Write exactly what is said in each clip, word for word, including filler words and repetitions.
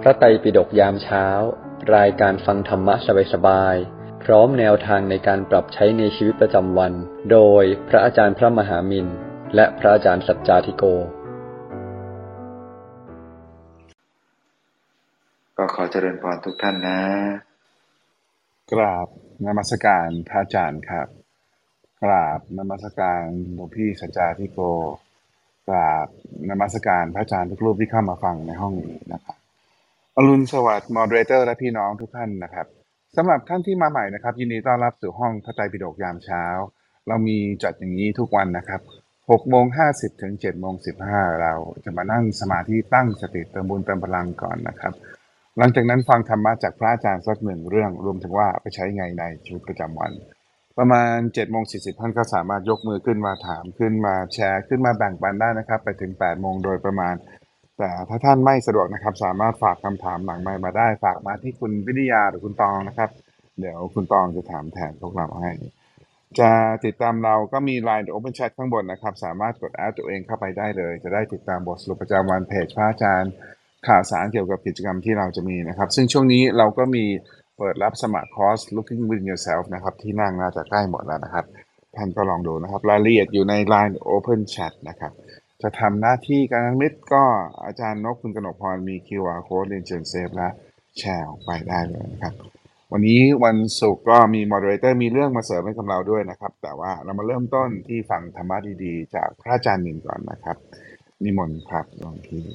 ระไตรปิฎกยามเช้ารายการฟังธรรมะสบายๆพร้อมแนวทางในการปรับใช้ในชีวิตประจำวันโดยพระอาจารย์พระมหามินและพระอาจารย์สัจจาธิโกก็ขอเจริญพรทุกท่านนะกราบนมัสการพระอาจารย์ครับกราบนมัสการหลวงพี่สัจจาธิโกกราบนมัสการพระอาจารย์ทุกรูปที่เข้ามาฟังในห้องนี้นะครับอรุณสวัสดิ์มอดเรเตอร์และพี่น้องทุกท่านนะครับสำหรับท่านที่มาใหม่นะครับยินดีต้อนรับสู่ห้องพระไตรปิฎกยามเช้าเรามีจัดอย่างนี้ทุกวันนะครับหกโมงห้าสิบถึงเจ็ดโมงสิบห้าเราจะมานั่งสมาธิตั้งสติเติมบุญเติมพลังก่อนนะครับหลังจากนั้นฟังธรรมะจากพระอาจารย์สักหนึ่งเรื่องรวมถึงว่าไปใช้ไงในชีวิตประจำวันประมาณ เจ็ดโมงสี่สิบ ท่านก็สามารถยกมือขึ้นมาถามขึ้นมาแชร์ขึ้นมาแบ่งปันได้นะครับไปถึง แปดโมงโดยประมาณแต่ถ้าท่านไม่สะดวกนะครับสามารถฝากคำถามหลังไมค์มาได้ฝากมาที่คุณวิทยาหรือคุณตองนะครับเดี๋ยวคุณตองจะถามแทนพวกเราให้จะติดตามเราก็มี ไลน์ Open Chat ข้างบนนะครับสามารถกดแอดตัวเองเข้าไปได้เลยจะได้ติดตามบทสรุปประจำวันเพจพระอาจารย์ข่าวสารเกี่ยวกับกิจกรรมที่เราจะมีนะครับซึ่งช่วงนี้เราก็มีเปิดรับสมัครคอร์ส Looking Within Yourself นะครับที่นั่งน่าจะใกล้หมดแล้วนะครับท่านก็ลองดูนะครับรายละเอียดอยู่ใน ไลน์ Open Chat นะครับจะทำหน้าที่การมิตรก็อาจารย์นพคุณกนกพรมี คิว อาร์ Code เรียนเชิญเซฟและแชร์ออกไปได้เลยนะครับวันนี้วันศุกร์ก็มี Moderator มีเรื่องมาเสริมให้กับเราด้วยนะครับแต่ว่าเรามาเริ่มต้นที่ฟังธรรมะดีๆจากพระอาจารย์หนึ่งก่อนนะครับนิมนต์ครับหลวงพี่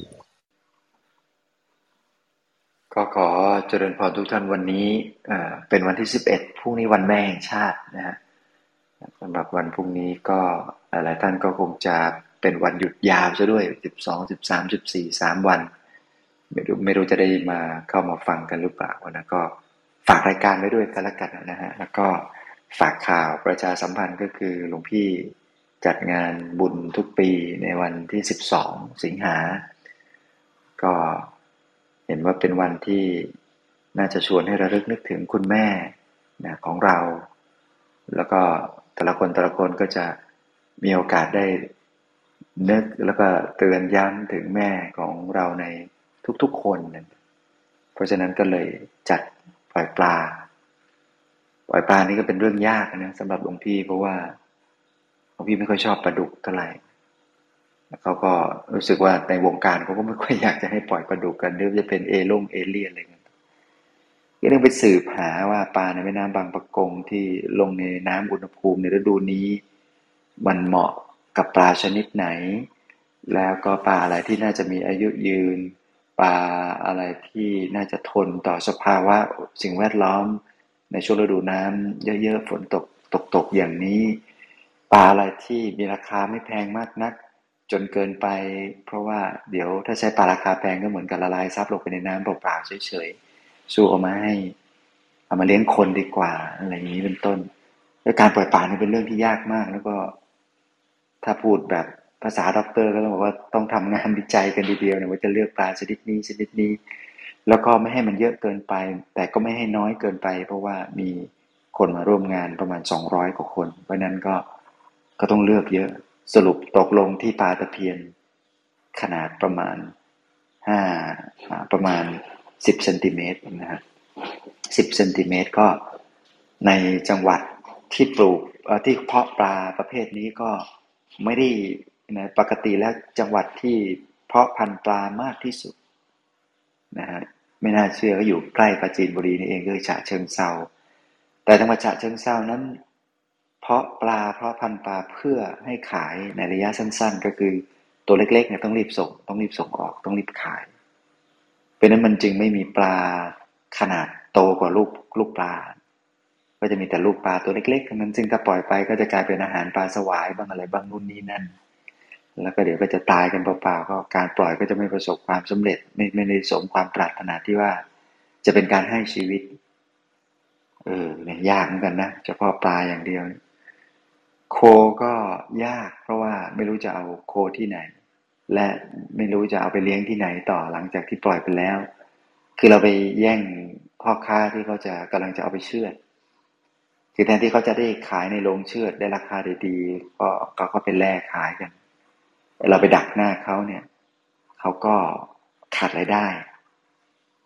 ก็ขอเจริญพรทุกท่านวันนี้เป็นวันที่สิบเอ็ดพรุ่งนี้วันแม่แห่งชาตินะฮะสำหรับวันพรุ่งนี้ก็หลายท่านก็คงจะเป็นวันหยุดยาวซะด้วยสิบสอง สิบสาม สิบสี่ สามวันไม่รู้ไม่รู้จะได้มาเข้ามาฟังกันหรือเปล่านะก็ฝากรายการไว้ด้วยกันละกันนะฮะแล้วก็ฝากข่าวประชาสัมพันธ์ก็คือหลวงพี่จัดงานบุญทุกปีในวันที่สิบสองสิงหาก็เห็นว่าเป็นวันที่น่าจะชวนให้ระลึกนึกถึงคุณแม่นะของเราแล้วก็แต่ละคนแต่ละคนก็จะมีโอกาสได้นึกแล้วก็เตือนย้ำถึงแม่ของเราในทุกๆคนนะเพราะฉะนั้นก็เลยจัดปล่อยปลาปล่อยปลานี่ก็เป็นเรื่องยากนะสำหรับหลวงพี่เพราะว่าหลวงพี่ไม่ค่อยชอบปลาดุกเท่าไหร่เขาก็รู้สึกว่าในวงการเขาก็ไม่ค่อยอยากจะให้ปล่อยปลาดุกกันหรือจะเป็นเอล่งเอเลี่ยนอะไรเงี้ยก็ต้องไปสืบหาว่าปลาในแม่น้ำบางปะกงที่ลงในน้ำอุณหภูมิในฤดูนี้มันเหมาะกับปลาชนิดไหนแล้วก็ปลาอะไรที่น่าจะมีอายุยืนปลาอะไรที่น่าจะทนต่อสภาวะสิ่งแวดล้อมในช่วงฤดูน้ำเยอะๆฝนตกตกๆอย่างนี้ปลาอะไรที่มีราคาไม่แพงมากนักจนเกินไปเพราะว่าเดี๋ยวถ้าใช้ปลาราคาแพงก็เหมือนกับละลายซับลงไปในน้ำเปล่าๆเฉยๆสู้เอามาให้เอามาเลี้ยงคนดีกว่าอะไรอย่างนี้เป็นต้นและการปล่อยปลานี่เป็นเรื่องที่ยากมากแล้วก็ถ้าพูดแบบภาษาด็อกเตอร์ก็ต้องบอกว่าต้องทำงานวิจัยกันทีเดียวเนี่ยว่าจะเลือกปลาชนิดนี้ชนิดนี้แล้วก็ไม่ให้มันเยอะเกินไปแต่ก็ไม่ให้น้อยเกินไปเพราะว่ามีคนมาร่วมงานประมาณสองร้อยกว่าคนเพราะนั้นก็ก็ต้องเลือกเยอะสรุปตกลงที่ปลาตะเพียนขนาดประมาณห้าประมาณสิบเซนติเมตรนะฮะสิบเซนติเมตรก็ในจังหวัดที่ปลูกที่เพาะปลาประเภทนี้ก็ไม่ได้นะปกติแล้วจังหวัดที่เพาะพันธุ์ปลามากที่สุดนะฮะไม่น่าเชื่อก็อยู่ใกล้ปราจีนบุรีนี่เองคือฉะเชิงเทราแต่จังหวัดฉะเชิงเทรานั้นเพาะปลาเพาะพันธุ์ปลาเพื่อให้ขายในระยะสั้นๆก็คือตัวเล็กๆเนี่ยต้องรีบส่งต้องรีบส่งออกต้องรีบขายเพราะนั้นมันจึงไม่มีปลาขนาดโตกว่าลูกลูกปลาก็จะมีแต่ลูกปลาตัวเล็กๆทั้งนั้นซึ่งถ้าปล่อยไปก็จะกลายเป็นอาหารปลาสวายบ้างอะไรบ้างนู่นนี่นั่นแล้วก็เดี๋ยวก็จะตายกันเปล่าๆก็การปล่อยก็จะไม่ประสบความสำเร็จไม่ไม่ได้สมความปรารถนาที่ว่าจะเป็นการให้ชีวิตเออเนี่ยยากเหมือนกันนะเฉพาะปลาอย่างเดียวโคก็ยากเพราะว่าไม่รู้จะเอาโคที่ไหนและไม่รู้จะเอาไปเลี้ยงที่ไหนต่อหลังจากที่ปล่อยไปแล้วคือเราไปแย่งพ่อค้าที่เขาจะกำลังจะเอาไปเชือดคือแทนที่เขาจะได้ขายในโรงเชือดได้ราคาดีๆก็เขาก็ไปแลกขายกันเราไปดักหน้าเขาเนี่ยเขาก็ขาดรายได้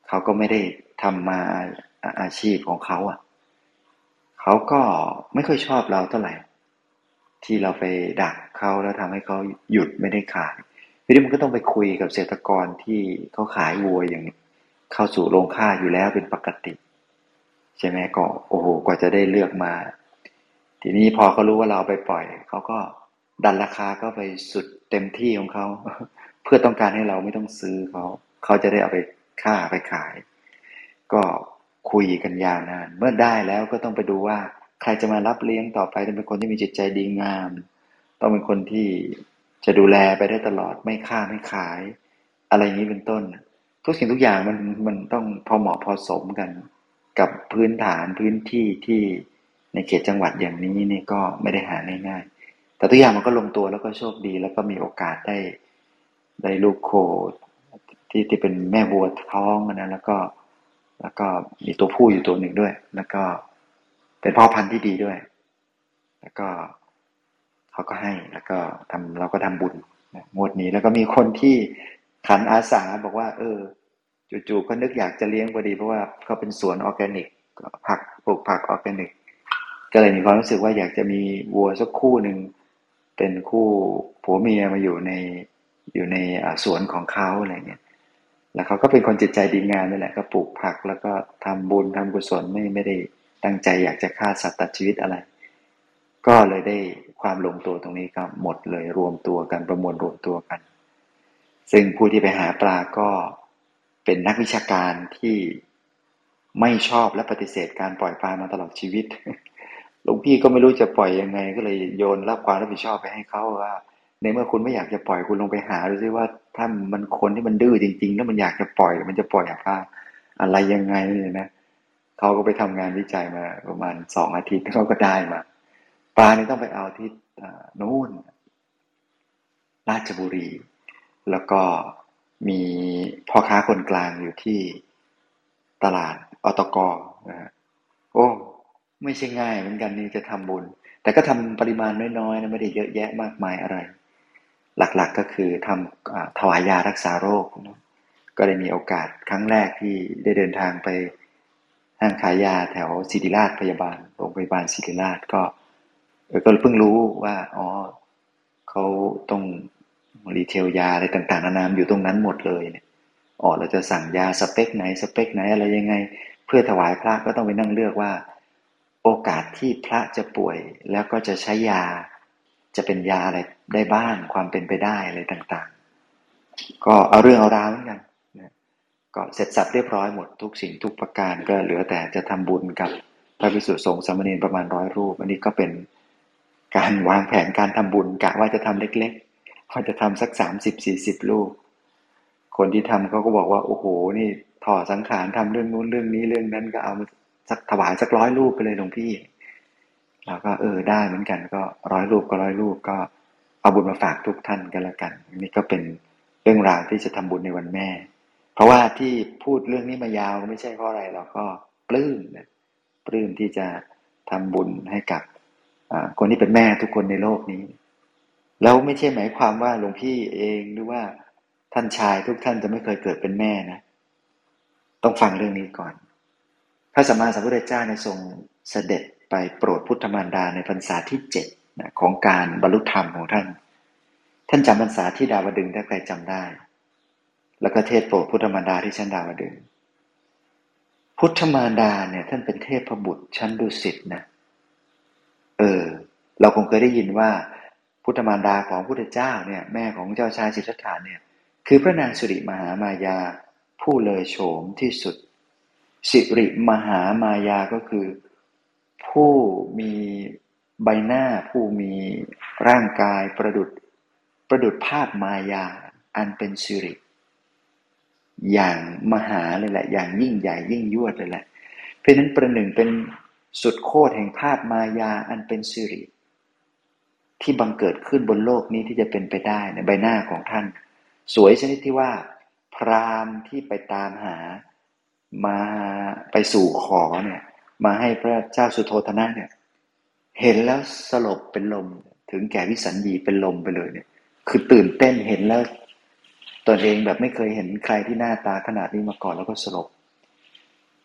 เขาก็ไม่ได้ทำมาอาชีพของเขาอ่ะเขาก็ไม่ค่อยชอบเราเท่าไหร่ที่เราไปดักเขาแล้วทำให้เขาหยุดไม่ได้ขายทีนี้มันก็ต้องไปคุยกับเกษตรกรที่เขาขายวัวอย่างนี้เข้าสู่โรงฆ่าอยู่แล้วเป็นปกติใช่ไหมก็โอ้โหกว่าจะได้เลือกมาทีนี้พอเขารู้ว่าเราเอาไปปล่อยเขาก็ดันราคาก็ไปสุดเต็มที่ของเขาเพื่อต้องการให้เราไม่ต้องซื้อเขาเขาจะได้เอาไปฆ่าไปขายก็คุยกันยาวนานเมื่อได้แล้วก็ต้องไปดูว่าใครจะมารับเลี้ยงต่อไปต้องเป็นคนที่มีจิตใจดีงามต้องเป็นคนที่จะดูแลไปได้ตลอดไม่ฆ่าไม่ขายอะไรอย่างนี้เป็นต้นทุกสิ่งทุกอย่างมันมันต้องพอเหมาะพอสมกันกับพื้นฐานพื้นที่ที่ในเขตจังหวัดอย่างนี้นี่ก็ไม่ได้หาง่ายๆแต่ทุกอย่างมันก็ลงตัวแล้วก็โชคดีแล้วก็มีโอกาสได้ได้ลูกโคที่ที่เป็นแม่วัวท้องนะแล้วก็แล้วก็มีตัวผู้อยู่ตัวหนึ่งด้วยแล้วก็เป็นพ่อพันธุ์ที่ดีด้วยแล้วก็เขาก็ให้แล้วก็ทำเราก็ทำบุญงวดนี้แล้วก็มีคนที่ขันอาสาบอกว่าเออจู่ๆก็นึกอยากจะเลี้ยงพอดีเพราะว่าเขาเป็นสวนออร์แกนิกผักปลูกผักออร์แกนิกก็เลยมีความรู้สึกว่าอยากจะมีวัวสักคู่หนึ่งเป็นคู่ผัวเมียมาอยู่ในอยู่ในสวนของเขาอะไรเงี้ยแล้วเขาก็เป็นคนจิตใจดีงามนี่แหละก็ปลูกผักแล้วก็ทำบุญทำกุศลไม่ไม่ได้ตั้งใจอยากจะฆ่าสัตว์ตัดชีวิตอะไรก็เลยได้ความลงตัวตรงนี้ก็หมดเลยรวมตัวกันประมวลรวมตัวกันซึ่งผู้ที่ไปหาปลาก็เป็นนักวิชาการที่ไม่ชอบและปฏิเสธการปล่อยปลามาตลอดชีวิตหลวงพี่ก็ไม่รู้จะปล่อยยังไงก็เลยโยนรับความรับผิดชอบไปให้เขาว่าในเมื่อคุณไม่อยากจะปล่อยคุณลงไปหาดูซิว่าถ้ามันคนที่มันดื้อจริงๆแล้วมันอยากจะปล่อยมันจะปล่อยปลาอะไรยังไงเนี่ยนะเขาก็ไปทำงานวิจัยมาประมาณสองอาทิตย์เขาก็ได้มาปลานี่ต้องไปเอาที่โน่นราชบุรีแล้วก็มีพ่อค้าคนกลางอยู่ที่ตลาดอตกนะฮะโอ้ไม่ใช่ง่ายเหมือนกันนี่จะทำบุญแต่ก็ทำปริมาณน้อยๆนะไม่ได้เยอะแยะมากมายอะไรหลักๆ ก็คือทำถวายยารักษาโรคนะก็ได้มีโอกาสครั้งแรกที่ได้เดินทางไปห้างขายยาแถวศิริราชพยาบาลโรงพยาบาลศิริราชก็เออก็เพิ่งรู้ว่าอ๋อเขาต้องรีเทลยาอะไรต่างๆนานาอยู่ตรงนั้นหมดเลยเนี่ยอ๋อเราจะสั่งยาสเปคไหนสเปคไหนอะไรยังไงเพื่อถวายพระก็ต้องไปนั่งเลือกว่าโอกาสที่พระจะป่วยแล้วก็จะใช้ยาจะเป็นยาอะไรได้บ้างความเป็นไปได้อะไรต่างๆก็เอาเรื่องเอาราวเหมือนกันนะก็เสร็จสับเรียบร้อยหมดทุกสิ่งทุกประการก็เหลือแต่จะทำบุญกับพระภิกษุสงฆ์สามเณรประมาณร้อยรูปอันนี้ก็เป็นการวางแผนการทำบุญกะว่าจะทำเล็กๆว่าจะทำสักสามสิบสี่สิบรูปคนที่ทำเขาก็บอกว่าโอ้โหนี่ถอดสังขารทำเรื่องนู้นเรื่องนี้เรื่องนั้นก็เอาสักถวายสักร้อยรูปไปเลยหลวงพี่เราก็เออได้เหมือนกันก็ร้อยรูปก็ร้อยรูปก็เอาบุญมาฝากทุกท่านกันละกันนี่ก็เป็นเรื่องราวที่จะทำบุญในวันแม่เพราะว่าที่พูดเรื่องนี้มายาวก็ไม่ใช่เพราะอะไรเราก็ปลื้มนะปลื้มที่จะทำบุญให้กับคนที่เป็นแม่ทุกคนในโลกนี้แล้วไม่ใช่หมายความว่าหลวงพี่เองหรือว่าท่านชายทุกท่านจะไม่เคยเกิดเป็นแม่นะต้องฟังเรื่องนี้ก่อนพระสัมมาสัมพุทธเจ้าในทรงเสด็จไปโปรดพุทธมารดาในพรรษาที่เจ็ดนะของการบรรลุธรรมของท่านท่านจำพรรษาที่ดาวดึงส์ได้ใครจำได้แล้วก็เทศโปรดพุทธมารดาที่ชั้นดาวดึงส์พุทธมารดาเนี่ยท่านเป็นเทพบุตรชั้นดุสิตนะเออเราคงเคยได้ยินว่าพุทธมารดาของพุทธเจ้าเนี่ยแม่ของเจ้าชายสิทธัตถะเนี่ยคือพระนางสิริมหามายาผู้เลอโฉมที่สุดสิริมหามายาก็คือผู้มีใบหน้าผู้มีร่างกายประดุจประดุจภาพมายาอันเป็นสิริอย่างมหาเลยแหละอย่างยิ่งใหญ่ยิ่งยวดเลยแหละเพราะนั้นประหนึ่งเป็นสุดโคตรแห่งภาพมายาอันเป็นสิริที่บังเกิดขึ้นบนโลกนี้ที่จะเป็นไปได้ในใบหน้าของท่านสวยชนิดที่ว่าพราหมณ์ที่ไปตามหามาไปสู่ขอเนี่ยมาให้พระเจ้าสุโธทนะเนี่ยเห็นแล้วสลบเป็นลมถึงแก่วิสัญญีเป็นลมไปเลยเนี่ยคือตื่นเต้นเห็นแล้วตนเองแบบไม่เคยเห็นใครที่หน้าตาขนาดนี้มาก่อนแล้วก็สลบ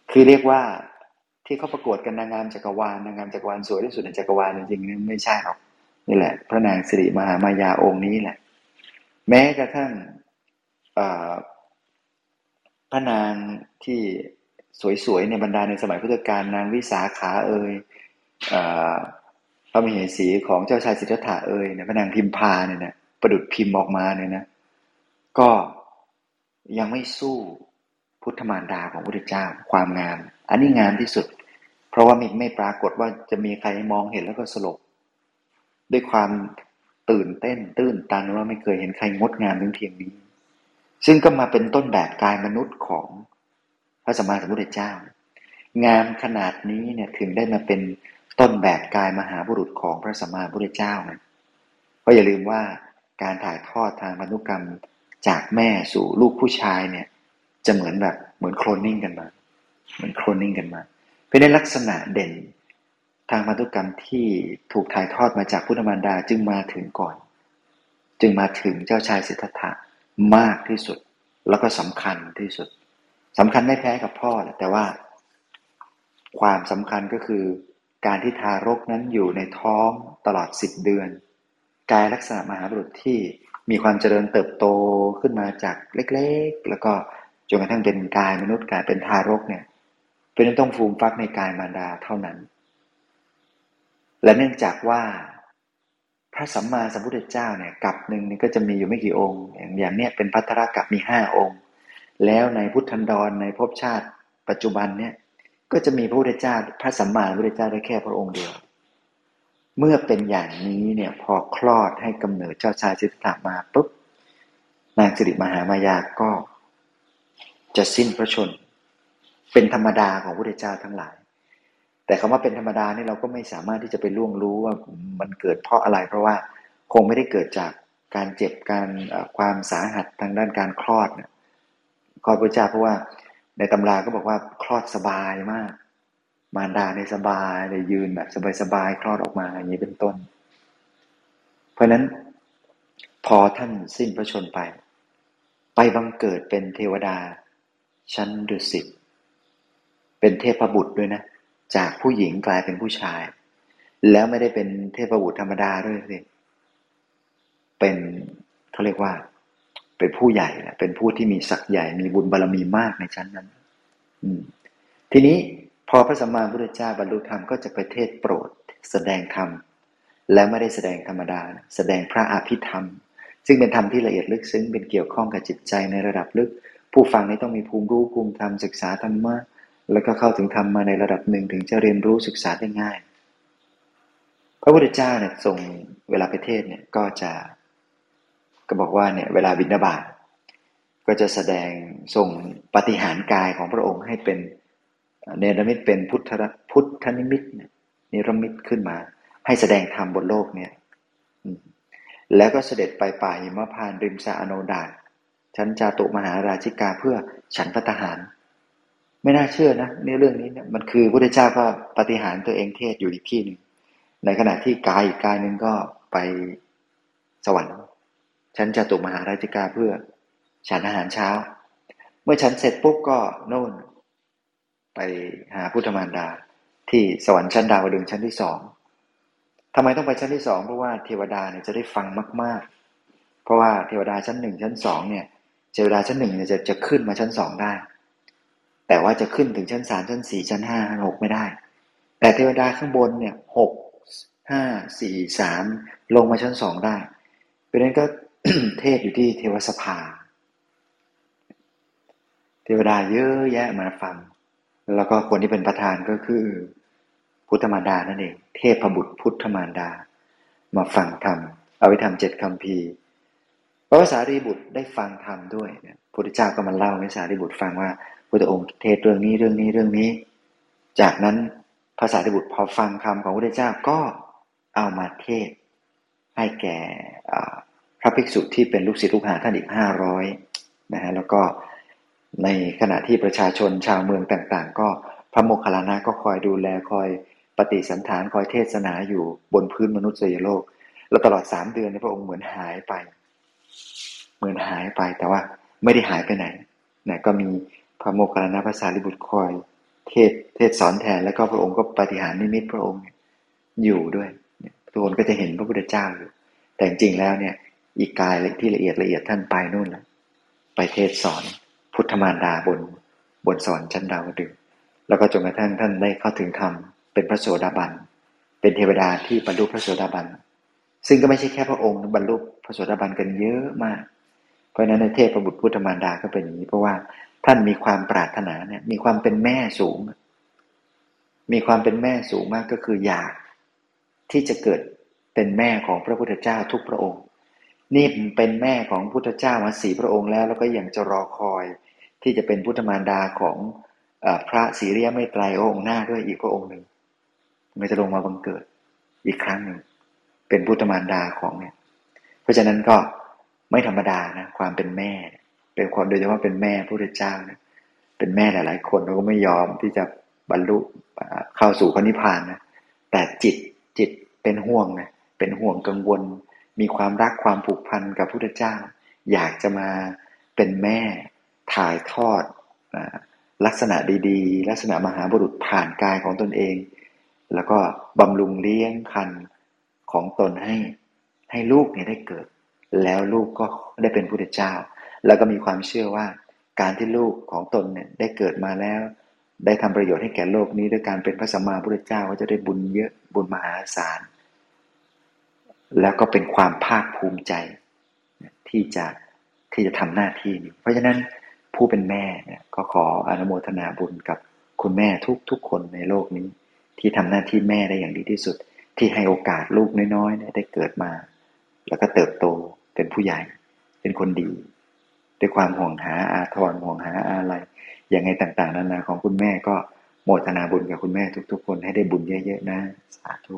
คือเรียกว่าที่เขาประกวดกันนางงามจักรวาลนางงามจักรวาลสวยที่สุดในจักรวาลจริงๆไม่ใช่หรอกนี่แหละพระนางสิริมหามายาองค์นี้แหละแม้กระทั่งพระนางที่สวยๆในบรรดาในสมัยพุทธกาลนางวิสาขาเอ่ยพระมเหสีของเจ้าชายสิทธัตถะเอ่ยเนี่ยพระนางพิมพาเนี่ยนะประดุจพิมพ์ออกมาเนี่ยนะก็ยังไม่สู้พุทธมารดาของพระพุทธเจ้าความงามอันนี้งามที่สุดเพราะว่าไม่ไม่ปรากฏว่าจะมีใครมองเห็นแล้วก็สลบด้วยความตื่นเต้นตื้นตันว่าไม่เคยเห็นใครงดงามถึงเพียงนี้ซึ่งก็มาเป็นต้นแบบกายมนุษย์ของพระสัมมาสัมพุทธเจ้างามขนาดนี้เนี่ยถึงได้มาเป็นต้นแบบกายมหาบุรุษของพระสัมมาสัมพุทธเจ้านะก็อย่าลืมว่าการถ่ายทอดทางพันธุกรรมจากแม่สู่ลูกผู้ชายเนี่ยจะเหมือนแบบเหมือนโคลนนิ่งกันมาเหมือนโคลนนิ่งกันมาเป็นลักษณะเด่นทางพันธุกรรมที่ถูกถ่ายทอดมาจากพุทธมารดาจึงมาถึงก่อนจึงมาถึงเจ้าชายสิทธัตถะมากที่สุดแล้วก็สำคัญที่สุดสำคัญไม่แพ้กับพ่อแต่ว่าความสำคัญก็คือการที่ทารกนั้นอยู่ในท้องตลอดสิบเดือนกายลักษณะมหาบุรุษที่มีความเจริญเติบโตขึ้นมาจากเล็กๆแล้วก็จนกระทั่งเป็นกายมนุษย์กลายเป็นทารกเนี่ยเป็นต้องฟูมฟักในกายมารดาเท่านั้นและเนื่องจากว่าพระสัมมาสัมพุทธเจ้าเนี่ยกัปหนึ่งนี่ก็จะมีอยู่ไม่กี่องค์อย่างอย่างเนี้ยเป็นภัททรกัปมีห้าองค์แล้วในพุทธันดรในภพชาติปัจจุบันเนี่ยก็จะมีพระพุทธเจ้าพระสัมมาสัมพุทธเจ้าได้แค่พระองค์เดียวเมื่อเป็นอย่างนี้เนี่ยพอคลอดให้กำเนิดเจ้าชายสิทธัตถะมาปุ๊บนางสิริมหามายาก็จะสิ้นพระชนม์เป็นธรรมดาของพระพุทธเจ้าทั้งหลายแต่คำว่าเป็นธรรมดานี่เราก็ไม่สามารถที่จะไปล่วงรู้ว่ามันเกิดเพราะอะไรเพราะว่าคงไม่ได้เกิดจากการเจ็บการความสาหัสทางด้านการคลอดเนี่ยคลอดพระเจ้าเพราะว่าในตำราก็บอกว่าคลอดสบายมากมารดาในสบายเลยยืนแบบสบายๆคลอดออกมาอย่างนี้เป็นต้นเพราะนั้นพอท่านสิ้นพระชนม์ไปไปบังเกิดเป็นเทวดาชั้นดุสิตเป็นเทพบุตรด้วยนะจากผู้หญิงกลายเป็นผู้ชายแล้วไม่ได้เป็นเทพบุตรธรรมดาด้วยสิเป็นเขาเรียกว่าเป็นผู้ใหญ่แหละเป็นผู้ที่มีศักย์ใหญ่มีบุญบารมีมากในชั้นนั้นอืมทีนี้พอพระสัมมาสัมพุทธเจ้าบรรลุธรรมก็จะไปเทศโปรดแสดงธรรมและไม่ได้แสดงธรรมดาแสดงพระอภิธรรมซึ่งเป็นธรรมที่ละเอียดลึกซึ้งเป็นเกี่ยวข้องกับจิตใจในระดับลึกผู้ฟังนี้ต้องมีภูมิรู้ภูมิธรรมศึกษาธรรมะแล้วก็เข้าถึงธรรมมาในระดับหนึ่งถึงจะเรียนรู้ศึกษาได้ง่ายพระพุทธเจ้าเนี่ยทรงเวลาไปเทศเนี่ยก็จะก็บอกว่าเนี่ยเวลาบิณฑบาตก็จะแสดงทรงปาฏิหาริย์กายของพระองค์ให้เป็นเนรมิตเป็นพุทธพุทธนิมิตเนี่ยนิรมิตขึ้นมาให้แสดงธรรมบนโลกเนี่ยแล้วก็เสด็จไปป่าหิมพานต์ริมสระอโนดาตชั้นจาตุมหาราชิกาเพื่อฉันภัตตาหารไม่น่าเชื่อนะในเรื่องนี้เนี่ยมันคือพระพุทธเจ้าก็ปาฏิหาริย์ตัวเองเทศอยู่อีกที่นึงในขณะที่กายอีกกายนึงก็ไปสวรรค์ชั้นจาตุมหาราชิกาเพื่อฉันอาหารเช้าเมื่อฉันเสร็จปุ๊บก็โน่นไปหาพุทธมารดาที่สวรรค์ชั้นดาวดึงส์ชั้นที่สองทำไมต้องไปชั้นที่สองเพราะว่าเทวดาเนี่ยจะได้ฟังมากๆเพราะว่าเทวดาชั้นหนึ่งชั้นสองเนี่ยเทวดาชั้นหนึ่งเนี่ยจะจะขึ้นมาชั้นสองได้แต่ว่าจะขึ้นถึงชั้นสามชั้นสี่ชั้นห้าชั้นหกไม่ได้แต่เทวดาข้างบนเนี่ยหกห้าสี่สามลงมาชั้นสองได้เพราะนั้นก็ เทศอยู่ที่เทวสภาเทวดาเยอะแยะมาฟังแล้วก็คนที่เป็นประธานก็คือพุทธมารดานั่นเองเทพบุตรพุทธมารดามาฟังธรรมอภิธรรมเจ็ดคัมภีร์พระสารีบุตรได้ฟังธรรมด้วยพระพุทธเจ้าก็มาเล่าให้สารีบุตรฟังว่าพุทธองค์เทศเรื่องนี้เรื่องนี้เรื่องนี้จากนั้นพระสารีบุตรพอฟังคำของพระพุทธเจ้าก็เอามาเทศให้แก่พระภิกษุที่เป็นลูกศิษย์ลูกหาท่านอีกห้าร้อยนะฮะแล้วก็ในขณะที่ประชาชนชาวเมืองต่างๆก็พระโมคคัลลานะก็คอยดูแลคอยปฏิสันถานคอยเทศนาอยู่บนพื้นมนุษยโลกแล้วตลอดสามเดือนพระองค์เหมือนหายไปเหมือนหายไปแต่ว่าไม่ได้หายไปไหนนะก็มีพระโมคคัลลานะพระสารีบุตรคอยเทเทศเทศสอนแทนแล้วก็พระองค์ก็ปาฏิหาริย์นิมิตพระองค์อยู่ด้วยทุกคนก็จะเห็นพระพุทธเจ้าอยู่แต่จริงๆแล้วเนี่ยอีกกายที่ละเอียดละเอียดท่านไปนู่นแล้วไปเทศสอนพุทธมารดาบนบนสวรรค์ชั้นดาวดึงส์แล้วก็จนกระทั่งท่านได้เข้าถึงธรรมเป็นพระโสดาบันเป็นเทวดาที่บรรลุพระโสดาบันซึ่งก็ไม่ใช่แค่พระองค์บรรลุพระโสดาบันกันเยอะมากเพราะฉะนั้นในเทพบุตรพุทธมารดาก็เป็นอย่างนี้เพราะว่าท่านมีความปรารถนาเนี่ยมีความเป็นแม่สูงมีความเป็นแม่สูงมากก็คืออยากที่จะเกิดเป็นแม่ของพระพุทธเจ้าทุกพระองค์นี่เป็นแม่ของพุทธเจ้ามาสี่พระองค์แล้วแล้วก็ยังจะรอคอยที่จะเป็นพุทธมารดาของพระศรีอริยเมตไตรองค์หน้าด้วยอีกพระองค์หนึ่งมันจะลงมาบังเกิดอีกครั้งหนึ่งเป็นพุทธมารดาของเนี่ยเพราะฉะนั้นก็ไม่ธรรมดานะความเป็นแม่เป็นคนโดยเฉพาะเป็นแม่พระพุทธเจ้านะเป็นแม่หลายๆคนเราก็ไม่ยอมที่จะบรรลุเข้าสู่พระนิพพานนะแต่จิตจิตเป็นห่วงนะเป็นห่วงกังวลมีความรักความผูกพันกับพระพุทธเจ้าอยากจะมาเป็นแม่ถ่ายทอดลักษณะดีๆลักษณะมหาบุรุษผ่านกายของตนเองแล้วก็บำรุงเลี้ยงคันของตนให้ให้ลูกเนี่ยได้เกิดแล้วลูกก็ได้เป็นพุทธเจ้าแล้วก็มีความเชื่อว่าการที่ลูกของตนเนี่ยได้เกิดมาแล้วได้ทำประโยชน์ให้แก่โลกนี้ด้วยการเป็นพระสัมมาสัมพุทธเจ้าก็จะได้บุญเยอะบุญมหาศาลแล้วก็เป็นความภาคภูมิใจที่จะที่จะทำหน้าที่นี้เพราะฉะนั้นผู้เป็นแม่เนี่ยก็ขออนุโมทนาบุญกับคุณแม่ทุกทุกคนในโลกนี้ที่ทำหน้าที่แม่ได้อย่างดีที่สุดที่ให้โอกาสลูกน้อยๆเนี่ยได้เกิดมาแล้วก็เติบโตเป็นผู้ใหญ่เป็นคนดีด้วยความห่วงหาอาทรห่วงหาอะไรอย่างไงต่างๆนานาของคุณแม่ก็โมทนาบุญกับคุณแม่ทุกๆคนให้ได้บุญเยอะๆนะสาธุ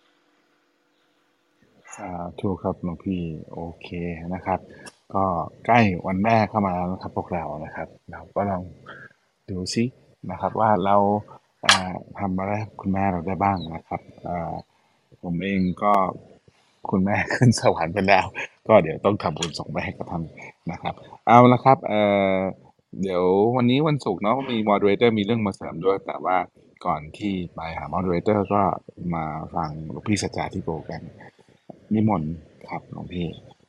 สาธุครับหลวงพี่โอเคนะครับก็ใกล้วันแม่เข้ามาแล้วนะครับพวกเรานะครับเราก็ลองดูซินะครับว่าเราทำอะไรคุณแม่เราได้บ้างนะครับผมเองก็คุณแม่ขึ้นสวรรค์ไปแล้วก็เดี๋ยวต้องทำบุญส่งไปให้กับท่านนะครับเอาละครับเอ่อเดี๋ยววันนี้วันศุกร์เนาะมี moderator มีเรื่องมาเสริมด้วยแต่ว่าก่อนที่ไปหา moderator ก็มาฟังหลวงพี่สัจจาธิโกกันนิมนต์ครับหลวงพี่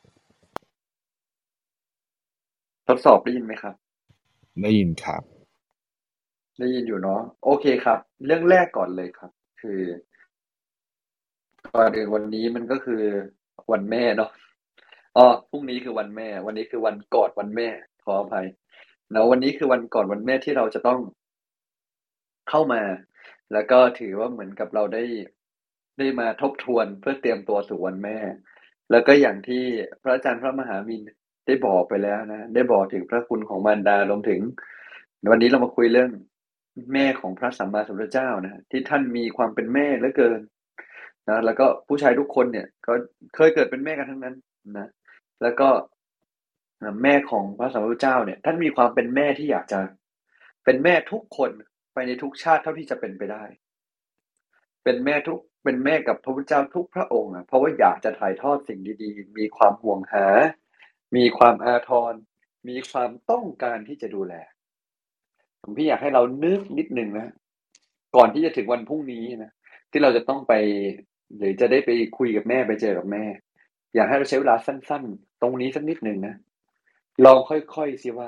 ทดสอบได้ยินไหมครับได้ยินครับได้ยินอยู่เนาะโอเคครับเรื่องแรกก่อนเลยครับคือก่อนอื่นวันนี้มันก็คือวันแม่เนาะอ๋อพรุ่งนี้คือวันแม่วันนี้คือวันก่อนวันแม่ขออภัยแล้ววันนี้คือวันก่อนวันแม่ที่เราจะต้องเข้ามาแล้วก็ถือว่าเหมือนกับเราได้ได้มาทบทวนเพื่อเตรียมตัวสู่วันแม่แล้วก็อย่างที่พระอาจารย์พระมหามินได้บอกไปแล้วนะได้บอกถึงพระคุณของมารดารวมถึงวันนี้เรามาคุยเรื่องแม่ของพระสัมมาสัมพุทธเจ้านะที่ท่านมีความเป็นแม่เหลือเกินนะแล้วก็ผู้ชายทุกคนเนี่ยก็เคยเกิดเป็นแม่กันทั้งนั้นนะแล้วก็แม่ของพระสัมมาสัมพุทธเจ้าเนี่ยท่านมีความเป็นแม่ที่อยากจะเป็นแม่ทุกคนไปในทุกชาติเท่าที่จะเป็นไปได้เป็นแม่ทุกเป็นแม่กับพระพุทธเจ้าทุกพระองค์อ่ะเพราะว่าอยากจะถ่ายทอดสิ่งดีๆมีความห่วงหามีความอาทรมีความต้องการที่จะดูแลผมพี่อยากให้เรานึกนิดนึงนะก่อนที่จะถึงวันพรุ่งนี้นะที่เราจะต้องไปหรือจะได้ไปคุยกับแม่ไปเจอกับแม่อยากให้เราใช้เวลาสั้นๆตรงนี้สักนิดนึงนะลองค่อยๆสิว่า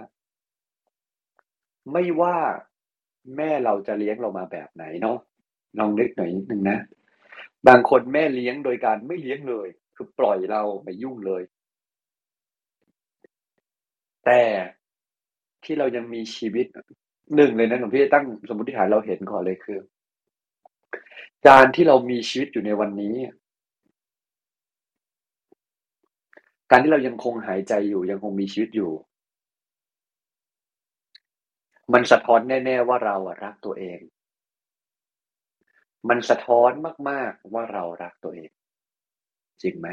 ไม่ว่าแม่เราจะเลี้ยงเรามาแบบไหนเนาะลองนึกหน่อยนิดนึงนะบางคนแม่เลี้ยงโดยการไม่เลี้ยงเลยคือปล่อยเราไม่ยุ่งเลยแต่ที่เรายังมีชีวิตหนึ่งเลยนะหลวงพี่ตั้งสมมติฐานเราเห็นก่อนเลยคือการที่เรามีชีวิตอยู่ในวันนี้การที่เรายังคงหายใจอยู่ยังคงมีชีวิตอยู่มันสะท้อนแน่ๆว่าเรารักตัวเองมันสะท้อนมากๆว่าเรารักตัวเองจริงไหม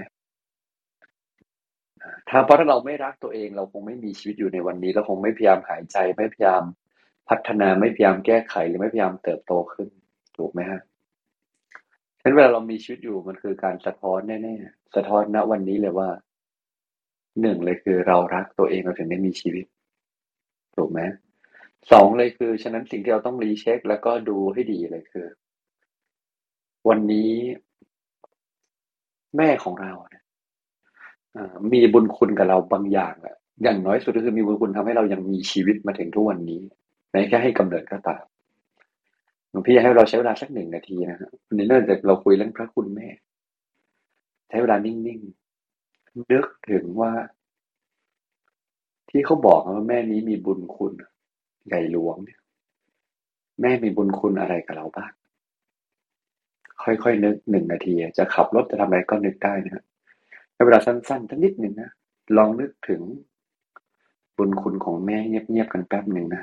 ถ้าเพราะถ้าเราไม่รักตัวเองเราคงไม่มีชีวิตอยู่ในวันนี้เราคงไม่พยายามหายใจไม่พยายามพัฒนาไม่พยายามแก้ไขหรือไม่พยายามเติบโตขึ้นถูกไหมฮะฉะนั้นเวลาเรามีชีวิตอยู่มันคือการสะท้อนแน่ๆสะท้อนณวันนี้เลยว่าหนึ่งเลยคือเรารักตัวเองเราถึงได้มีชีวิตถูกไหมสองเลยคือฉะนั้นสิ่งที่เราต้องรีเช็คแล้วก็ดูให้ดีเลยคือวันนี้แม่ของเราเนี่ยอ่ามีบุญคุณกับเราบางอย่างอะอย่างน้อยสุดก็คือมีบุญคุณทำให้เรายังมีชีวิตมาถึงทุกวันนี้แม้แค่ให้กำเนิดก็ตามหลวงพี่อยากให้เราใช้เวลาสักหนึ่งนาทีนะฮะวันนี้เนื่องจากเราคุยเรื่องพระคุณแม่ใช้เวลานิ่งๆนึกถึงว่าที่เขาบอกว่าแม่นี้มีบุญคุณใหญ่หลวงเนี่ยแม่มีบุญคุณอะไรกับเราบ้างค่อยๆนึกหนึ่งนาทีจะขับรถจะทำอะไรก็นึกได้นะฮะให้เวลาสั้นๆสักนิดหนึ่งนะลองนึกถึงบุญคุณของแม่เงียบๆกันแป๊บหนึ่งนะ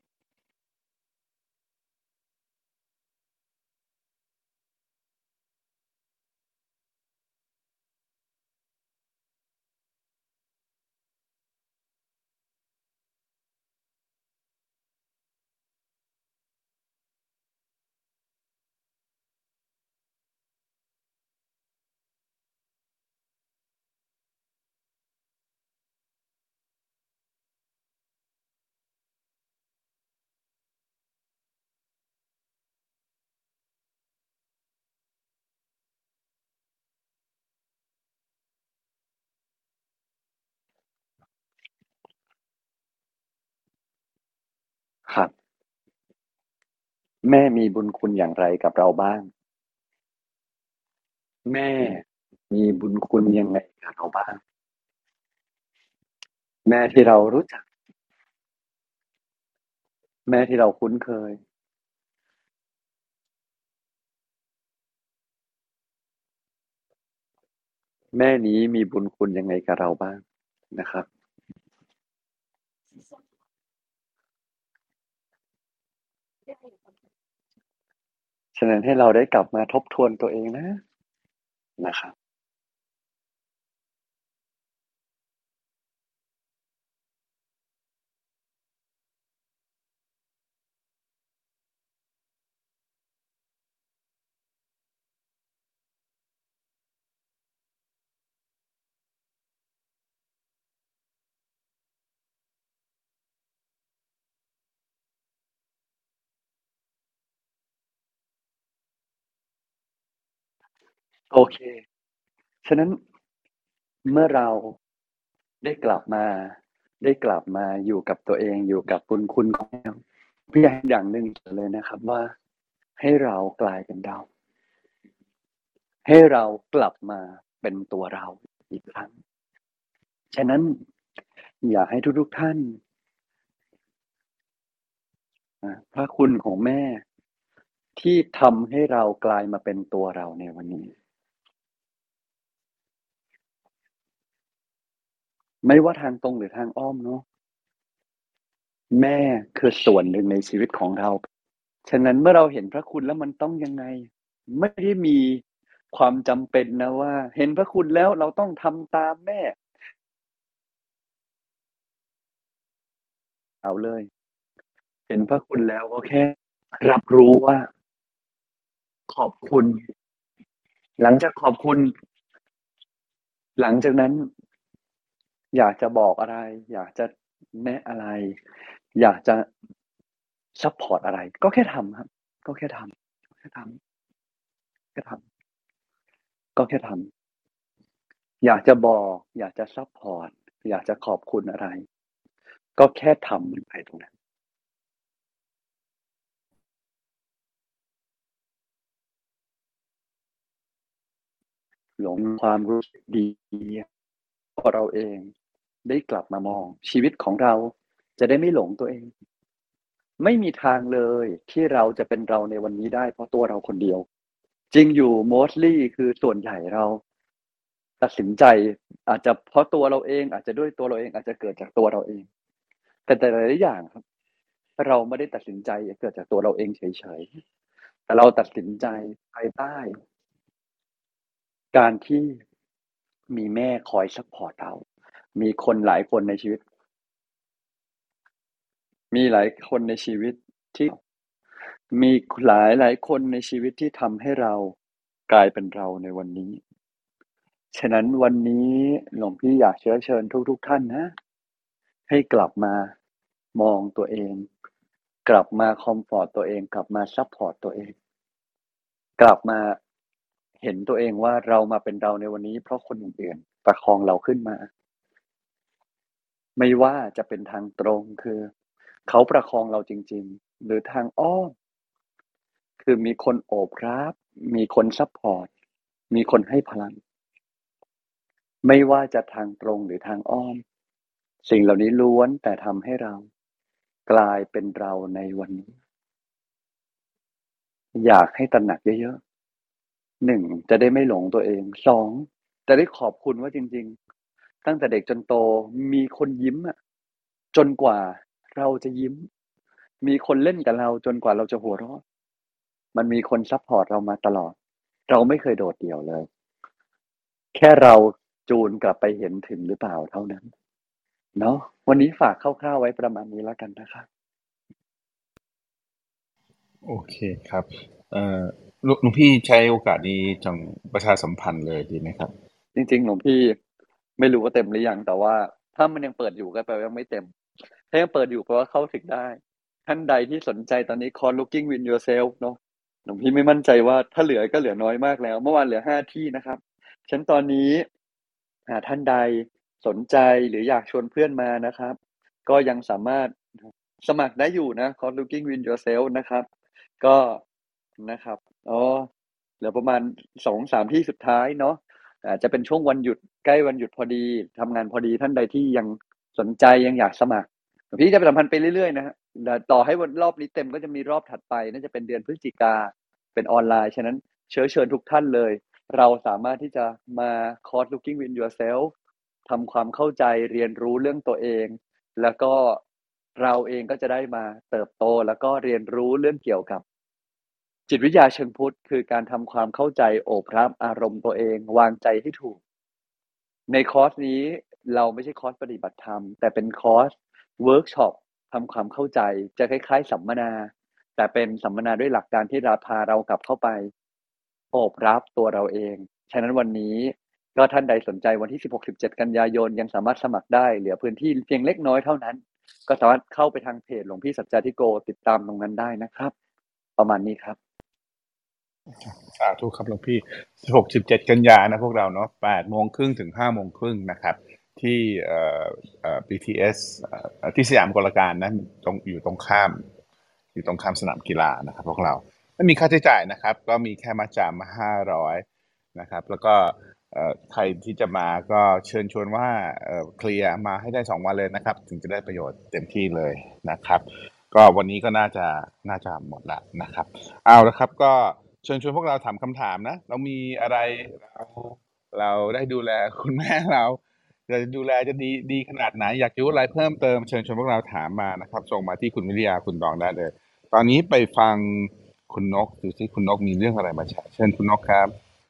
ครับแม่มีบุญคุณอย่างไรกับเราบ้างแม่มีบุญคุณยังไงกับเราบ้างแม่ที่เรารู้จักแม่ที่เราคุ้นเคยแม่นี้มีบุญคุณยังไงกับเราบ้างนะครับฉะนั้นให้เราได้กลับมาทบทวนตัวเองนะนะครับโอเคฉะนั้นเมื่อเราได้กลับมาได้กลับมาอยู่กับตัวเองอยู่กับบุญคุณของแม่พี่อยากให้อย่างหนึ่งเลยนะครับว่าให้เรากลายเป็นเราให้เรากลับมาเป็นตัวเราอีกครั้งฉะนั้นอยากให้ทุกๆท่านนะพระคุณของแม่ที่ทำให้เรากลายมาเป็นตัวเราในวันนี้ไม่ว่าทางตรงหรือทางอ้อมเนาะแม่คือส่วนหนึ่งในชีวิตของเราฉะนั้นเมื่อเราเห็นพระคุณแล้วมันต้องยังไงไม่ได้มีความจำเป็นนะว่าเห็นพระคุณแล้วเราต้องทำตามแม่เอาเลยเห็นพระคุณแล้วก็แค่รับรู้ว่าขอบคุณหลังจากขอบคุณหลังจากนั้นอยากจะบอกอะไรอยากจะแนะอะไรอยากจะซัปพอร์ตอะไรก็แค่ทำครับก็แค่ทำก็แค่ทำแค่ทำก็แค่ทำอยากจะบอกอยากจะซัปพอร์ตอยากจะขอบคุณอะไรก็แค่ทำมันไปตรงนั้นหลงความรู้สึกดีพอเราเองได้กลับมามองชีวิตของเราจะได้ไม่หลงตัวเองไม่มีทางเลยที่เราจะเป็นเราในวันนี้ได้เพราะตัวเราคนเดียว จริงอยู่ mostly คือส่วนใหญ่เราตัดสินใจอาจจะเพราะตัวเราเองอาจจะด้วยตัวเราเองอาจจะเกิดจากตัวเราเองแต่แต่หลายๆอย่างครับเราไม่ได้ตัดสินใจเกิดจากตัวเราเองเฉยๆแต่เราตัดสินใจภายใต้การที่มีแม่คอยซัปพอร์ตเรามีคนหลายคนในชีวิตมีหลายคนในชีวิตที่มีหลายหลายคนในชีวิตที่ทำให้เรากลายเป็นเราในวันนี้ ฉะนั้นวันนี้หลวงพี่อยากเชื้อเชิญทุกๆท่านนะให้กลับมามองตัวเองกลับมาคอมฟอร์ตตัวเองกลับมาซัพพอร์ตตัวเองกลับมาเห็นตัวเองว่าเรามาเป็นเราในวันนี้เพราะคนอื่นๆประคองเราขึ้นมาไม่ว่าจะเป็นทางตรงคือเขาประคองเราจริงๆหรือทางอ้อมคือมีคนโอบรับมีคนซัพพอร์ตมีคนให้พลังไม่ว่าจะทางตรงหรือทางอ้อมสิ่งเหล่านี้ล้วนแต่ทำให้เรากลายเป็นเราในวันนี้อยากให้ตระหนักเยอะๆหนึ่งจะได้ไม่หลงตัวเองสองจะได้ขอบคุณว่าจริงๆตั้งแต่เด็กจนโตมีคนยิ้มอะจนกว่าเราจะยิ้มมีคนเล่นกับเราจนกว่าเราจะหัวเราะมันมีคนซัพพอร์ตเรามาตลอดเราไม่เคยโดดเดี่ยวเลยแค่เราจูนกลับไปเห็นถึงหรือเปล่าเท่านั้นเนาะวันนี้ฝากคร่าวๆไว้ประมาณนี้แล้วกันนะครับโอเคครับเอ่อหลวงหลวงพี่ใช้โอกาสนี้จังประชาสัมพันธ์เลยดีไหมครับจริงๆหลวงพี่ไม่รู้ว่าเต็มหรือยังแต่ว่าถ้ามันยังเปิดอยู่ก็แปลว่ายังไม่เต็มถ้ายังเปิดอยู่แปลว่าเข้าถึงได้ท่านใดที่สนใจตอนนี้ call looking win yourself เนาะหลวงพี่ไม่มั่นใจว่าถ้าเหลือก็เหลือน้อยมากแล้วเมื่อวานเหลือห้าที่นะครับฉะนั้นตอนนี้อ่าท่านใดสนใจหรืออยากชวนเพื่อนมานะครับก็ยังสามารถสมัครได้อยู่นะ call looking win yourself นะครับก็นะครับอ๋อเหลือประมาณ สองสาม ที่สุดท้ายเนาะอาจจะเป็นช่วงวันหยุดใกล้วันหยุดพอดีทำงานพอดีท่านใดที่ยังสนใจยังอยากสมัครพี่จะประชาสัมพันธ์ไปเรื่อยๆนะฮะแต่ต่อให้วันรอบนี้เต็มก็จะมีรอบถัดไปน่าจะเป็นเดือนพฤศจิกาเป็นออนไลน์ฉะนั้นเชิญเชิญทุกท่านเลยเราสามารถที่จะมาคอร์ส looking with yourself ทำความเข้าใจเรียนรู้เรื่องตัวเองแล้วก็เราเองก็จะได้มาเติบโตแล้วก็เรียนรู้เรื่องเกี่ยวกับจิตวิทยาเชิงพุทธคือการทำความเข้าใจโอบรับอารมณ์ตัวเองวางใจให้ถูกในคอร์สนี้เราไม่ใช่คอร์สปฏิบัติธรรมแต่เป็นคอร์สเวิร์กช็อปทำความเข้าใจจะคล้ายๆสัมมนาแต่เป็นสัมมนาด้วยหลักการที่เราพาเรากลับเข้าไปโอบรับตัวเราเองฉะนั้นวันนี้ก็ท่านใดสนใจวันที่ สิบหกถึงสิบเจ็ด กันยายนยังสามารถสมัครได้เหลือพื้นที่เพียงเล็กน้อยเท่านั้นก็สามารถเข้าไปทางเพจหลวงพี่สัจจาธิโกติดตามตรงนั้นได้นะครับประมาณนี้ครับสาธุครับหลวงพี่สิบหก สิบเจ็ดกันยานะพวกเราเนาะแปดโมงครึ่งถึงห้าโมงครึ่งนะครับที่เอ่อเอ่อ บี ที เอส เอ่อที่สยามกลการนะตรงอยู่ตรงข้ามอยู่ตรงข้ามสนามกีฬานะครับพวกเราไม่มีค่าใช้จ่ายนะครับก็มีแค่มัดจำมาห้าร้อยนะครับแล้วก็เอ่อใครที่จะมาก็เชิญชวนว่าเอ่อเคลียร์มาให้ได้สองวันเลยนะครับถึงจะได้ประโยชน์เต็มที่เลยนะครับก็วันนี้ก็น่าจะน่าจะหมดละนะครับเอาละครับก็เชิญชวนพวกเราถามคำถามนะเรามีอะไรเราเราได้ดูแลคุณแม่เราจะดูแลจะดีดีขนาดไหนอยากรู้อะไรเพิ่มเติมเชิญชวนพวกเราถามมานะครับส่งมาที่คุณวิทยาคุณดองได้เลยตอนนี้ไปฟังคุณนกดูสิคุณนกมีเรื่องอะไรมาแชร์เชิญคุณนกครับ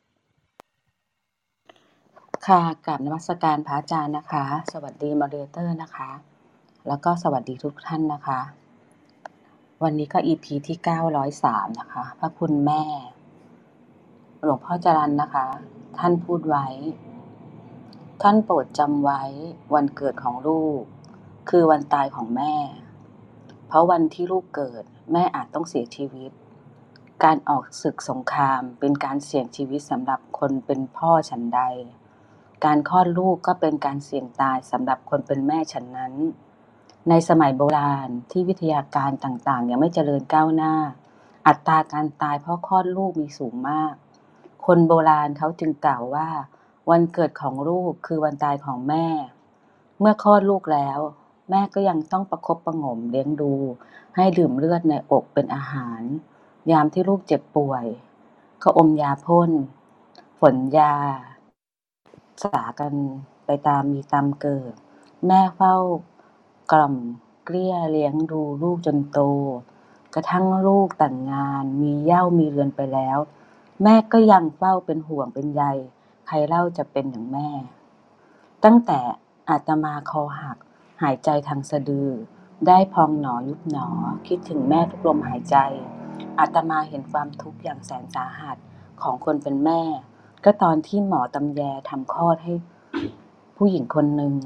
ค่ะกราบนมัสการพระอาจารย์นะคะสวัสดีมอดเรเตอร์นะคะแล้วก็สวัสดีทุกท่านนะคะวันนี้ก็ อี พี ที่เก้าร้อยสามนะคะพระคุณแม่หลวงพ่อจรัญนะคะท่านพูดไว้ท่านโปรดจำไว้วันเกิดของลูกคือวันตายของแม่เพราะวันที่ลูกเกิดแม่อาจต้องเสียชีวิตการออกศึกสงครามเป็นการเสี่ยงชีวิตสำหรับคนเป็นพ่อฉันใดการคลอดลูกก็เป็นการเสี่ยงตายสำหรับคนเป็นแม่ฉันนั้นในสมัยโบราณที่วิทยาการต่างๆยังไม่เจริญก้าวหน้าอัตราการตายเพราะคลอดลูกมีสูงมากคนโบราณเขาจึงกล่าวว่าวันเกิดของลูกคือวันตายของแม่เมื่อคลอดลูกแล้วแม่ก็ยังต้องประคบประหงมเลี้ยงดูให้ดื่มเลือดในอกเป็นอาหารยามที่ลูกเจ็บป่วยก็อมยาพ่นฝนยาสากันไปตามมีตามเกิดแม่เฝ้ากล่อมเกลี้ยเลี้ยงดูลูกจนโตกระทั่งลูกแต่งงานมีเหย้ามีเรือนไปแล้วแม่ก็ยังเฝ้าเป็นห่วงเป็นใยใครเล่าจะเป็นอย่างแม่ตั้งแต่อาตมาคอหักหายใจทางสะดือได้พองหนอยุบหนอคิดถึงแม่ทุกลมหายใจอาตมาเห็นความทุกข์อย่างแสนสาหัสของคนเป็นแม่ก็ตอนที่หมอตำแยทำคลอดให้ผู้หญิงคนหนึ่ง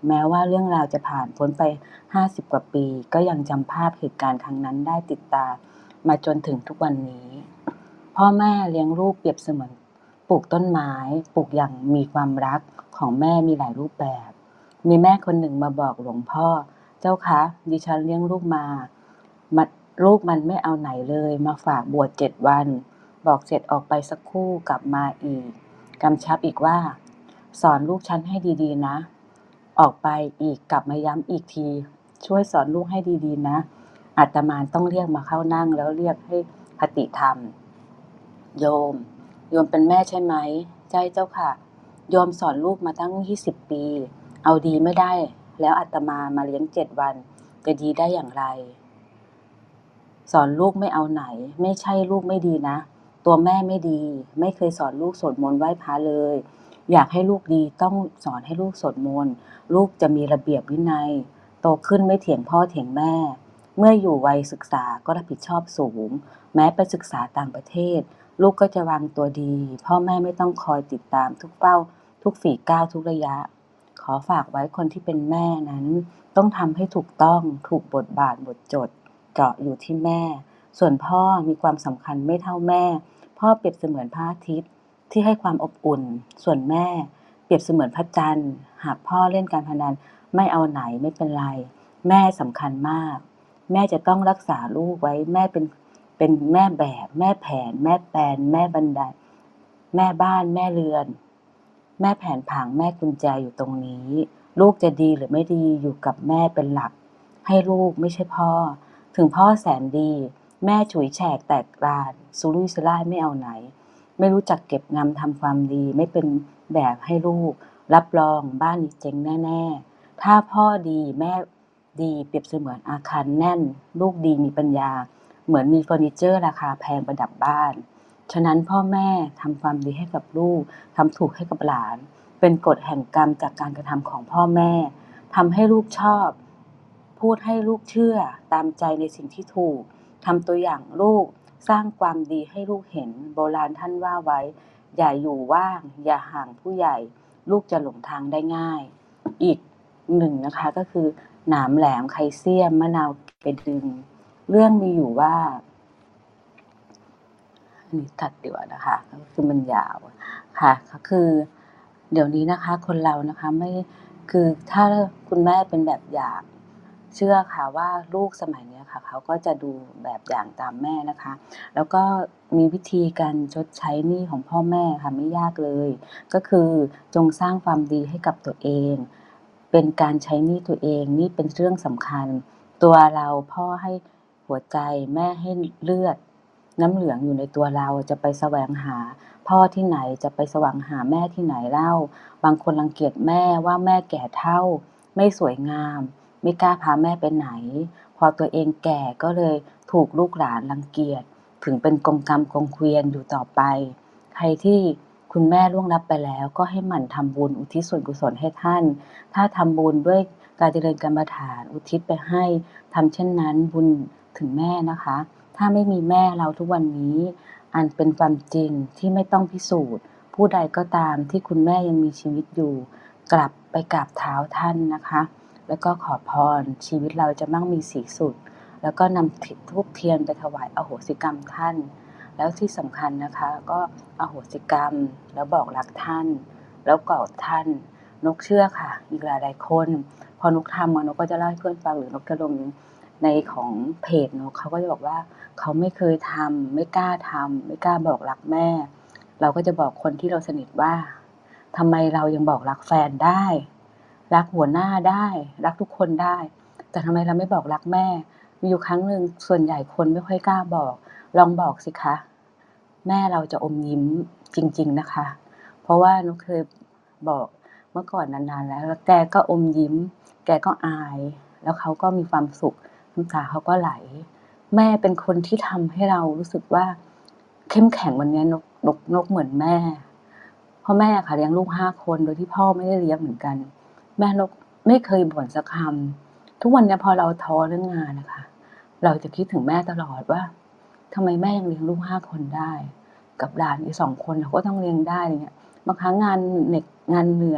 แม้ว่าเรื่องราวจะผ่านพ้นไปห้าสิบกว่าปีก็ยังจำภาพเหตุการณ์ครั้งนั้นได้ติดตามาจนถึงทุกวันนี้พ่อแม่เลี้ยงลูกเปรียบเสมือนปลูกต้นไม้ปลูกอย่างมีความรักของแม่มีหลายรูปแบบมีแม่คนหนึ่งมาบอกหลวงพ่อเจ้าคะดิฉันเลี้ยงลูกมามันลูกมันไม่เอาไหนเลยมาฝากบวชเจ็ดวันบอกเสร็จออกไปสักครู่กลับมาอีกกำชับอีกว่าสอนลูกฉันให้ดีๆนะออกไปอีกกลับมาย้ำอีกทีช่วยสอนลูกให้ดีๆนะอาตมาต้องเรียกมาเข้านั่งแล้วเรียกให้คติธรรมโยมโยมเป็นแม่ใช่ไหมใช่เจ้าค่ะโยมสอนลูกมาตั้งยี่สิบปีเอาดีไม่ได้แล้วอาตมามาเลี้ยงเจ็ดวันจะดีได้อย่างไรสอนลูกไม่เอาไหนไม่ใช่ลูกไม่ดีนะตัวแม่ไม่ดีไม่เคยสอนลูกสวดมนต์ไหว้พระเลยอยากให้ลูกดีต้องสอนให้ลูกสวดมนต์ลูกจะมีระเบียบวินัยโตขึ้นไม่เถียงพ่อเถียงแม่เมื่ออยู่วัยศึกษาก็รับผิดชอบสูงแม้ไปศึกษาต่างประเทศลูกก็จะวางตัวดีพ่อแม่ไม่ต้องคอยติดตามทุกเป้าทุกฝีก้าวทุกระยะขอฝากไว้คนที่เป็นแม่นั้นต้องทำให้ถูกต้องถูกบทบาทบทจดเจาะอยู่ที่แม่ส่วนพ่อมีความสำคัญไม่เท่าแม่พ่อเปรียบเสมือนพระอาทิตย์ที่ให้ความอบอุ่นส่วนแม่เปรียบเสมือนพระจันทร์หากพ่อเล่นการพนันไม่เอาไหนไม่เป็นไรแม่สำคัญมากแม่จะต้องรักษาลูกไว้แม่เป็นเป็นแม่แบบแม่แผนแม่แปลนแม่บันไดแม่บ้านแม่เรือนแม่แผนผังแม่กุญแจอยู่ตรงนี้ลูกจะดีหรือไม่ดีอยู่กับแม่เป็นหลักให้ลูกไม่ใช่พ่อถึงพ่อแสนดีแม่ฉุยแฉกแตกรานสุรุ่ยสุร่ายไม่เอาไหนไม่รู้จักเก็บงำทำความดีไม่เป็นแบบให้ลูกรับรองบ้านนี้เจ๊งแน่ๆถ้าพ่อดีแม่ดีเปรียบเสมือนอาคารแน่นลูกดีมีปัญญาเหมือนมีเฟอร์นิเจอร์ราคาแพงประดับบ้านฉะนั้นพ่อแม่ทำความดีให้กับลูกทำถูกให้กับหลานเป็นกฎแห่งกรรมจากการกระทำของพ่อแม่ทำให้ลูกชอบพูดให้ลูกเชื่อตามใจในสิ่งที่ถูกทำตัวอย่างลูกสร้างความดีให้ลูกเห็นโบราณท่านว่าไว้อย่าอยู่ว่างอย่าห่างผู้ใหญ่ลูกจะหลงทางได้ง่ายอีกหนึ่งนะคะก็คือหนามแหลมไคเซียมมะนาวไปดึงเรื่องมีอยู่ว่าอันนี้ตัดดีกว่านะคะคือมันยาวค่ะคือเดี๋ยวนี้นะคะคนเรานะคะไม่คือถ้าคุณแม่เป็นแบบอย่างเชื่อค่ะว่าลูกสมัยนี้ค่ะเขาก็จะดูแบบอย่างตามแม่นะคะแล้วก็มีวิธีการชดใช้หนี้ของพ่อแม่ค่ะไม่ยากเลยก็คือจงสร้างความดีให้กับตัวเองเป็นการใช้หนี้ตัวเองนี่เป็นเรื่องสำคัญตัวเราพ่อให้หัวใจแม่ให้เลือดน้ำเหลืองอยู่ในตัวเราจะไปแสวงหาพ่อที่ไหนจะไปแสวงหาแม่ที่ไหนเล่าบางคนรังเกียจแม่ว่าแม่แก่เฒ่าไม่สวยงามไม่กล้าพาแม่ไปไหนพอตัวเองแก่ก็เลยถูกลูกหลานรังเกียจถึงเป็นกงกรรมกงเกวียนอยู่ต่อไปใครที่คุณแม่ล่วงลับไปแล้วก็ให้หมั่นทำบุญอุทิศส่วนกุศลให้ท่านถ้าทำบุญด้วยการเจริญกรรมฐานอุทิศไปให้ทำเช่นนั้นบุญถึงแม่นะคะถ้าไม่มีแม่เราทุกวันนี้อันเป็นความจริงที่ไม่ต้องพิสูจน์ผู้ใดก็ตามที่คุณแม่ยังมีชีวิตอยู่กลับไปกราบเท้าท่านนะคะแล้วก็ขอพรชีวิตเราจะมั่งมีสีสุขแล้วก็นำธูปเทียนไปถวายอโหสิกรรมท่านแล้วที่สำคัญนะคะก็อโหสิกรรมแล้วบอกรักท่านแล้วกอดท่านนกเชื่อค่ะอีกหลายๆคนพอนกทำนกก็จะเล่าให้เพื่อนฟังหรือนกจะลงในของเพจนกเขาก็จะบอกว่าเขาไม่เคยทำไม่กล้าทำไม่กล้าบอกรักแม่เราก็จะบอกคนที่เราสนิทว่าทำไมเรายังบอกรักแฟนได้รักหัวหน้าได้รักทุกคนได้แต่ทำไมเราไม่บอกรักแม่มีอยู่ครั้งหนึ่งส่วนใหญ่คนไม่ค่อยกล้าบอกลองบอกสิคะแม่เราจะอมยิ้มจริงๆนะคะเพราะว่านกเคยบอกเมื่อก่อนนานๆแล้วแล้วแกก็อมยิ้มแกก็อายแล้วเขาก็มีความสุขน้ำตาเขาก็ไหลแม่เป็นคนที่ทำให้เรารู้สึกว่าเข้มแข็งวันนี้นกนกนกเหมือนแม่เพราะแม่ค่ะเลี้ยงลูกห้าคนโดยที่พ่อไม่ได้เลี้ยงเหมือนกันแม่นกไม่เคยบ่นสักคำทุกวันนี้พอเราท้อเรื่องงานนะคะเราจะคิดถึงแม่ตลอดว่าทำไมแม่ยังเลี้ยงลูกห้าคนได้กับหลานอีกสองคนเราก็ต้องเลี้ยงได้อะไรเงี้ยบางครั้งงานเหน็ดงานเหนื่อย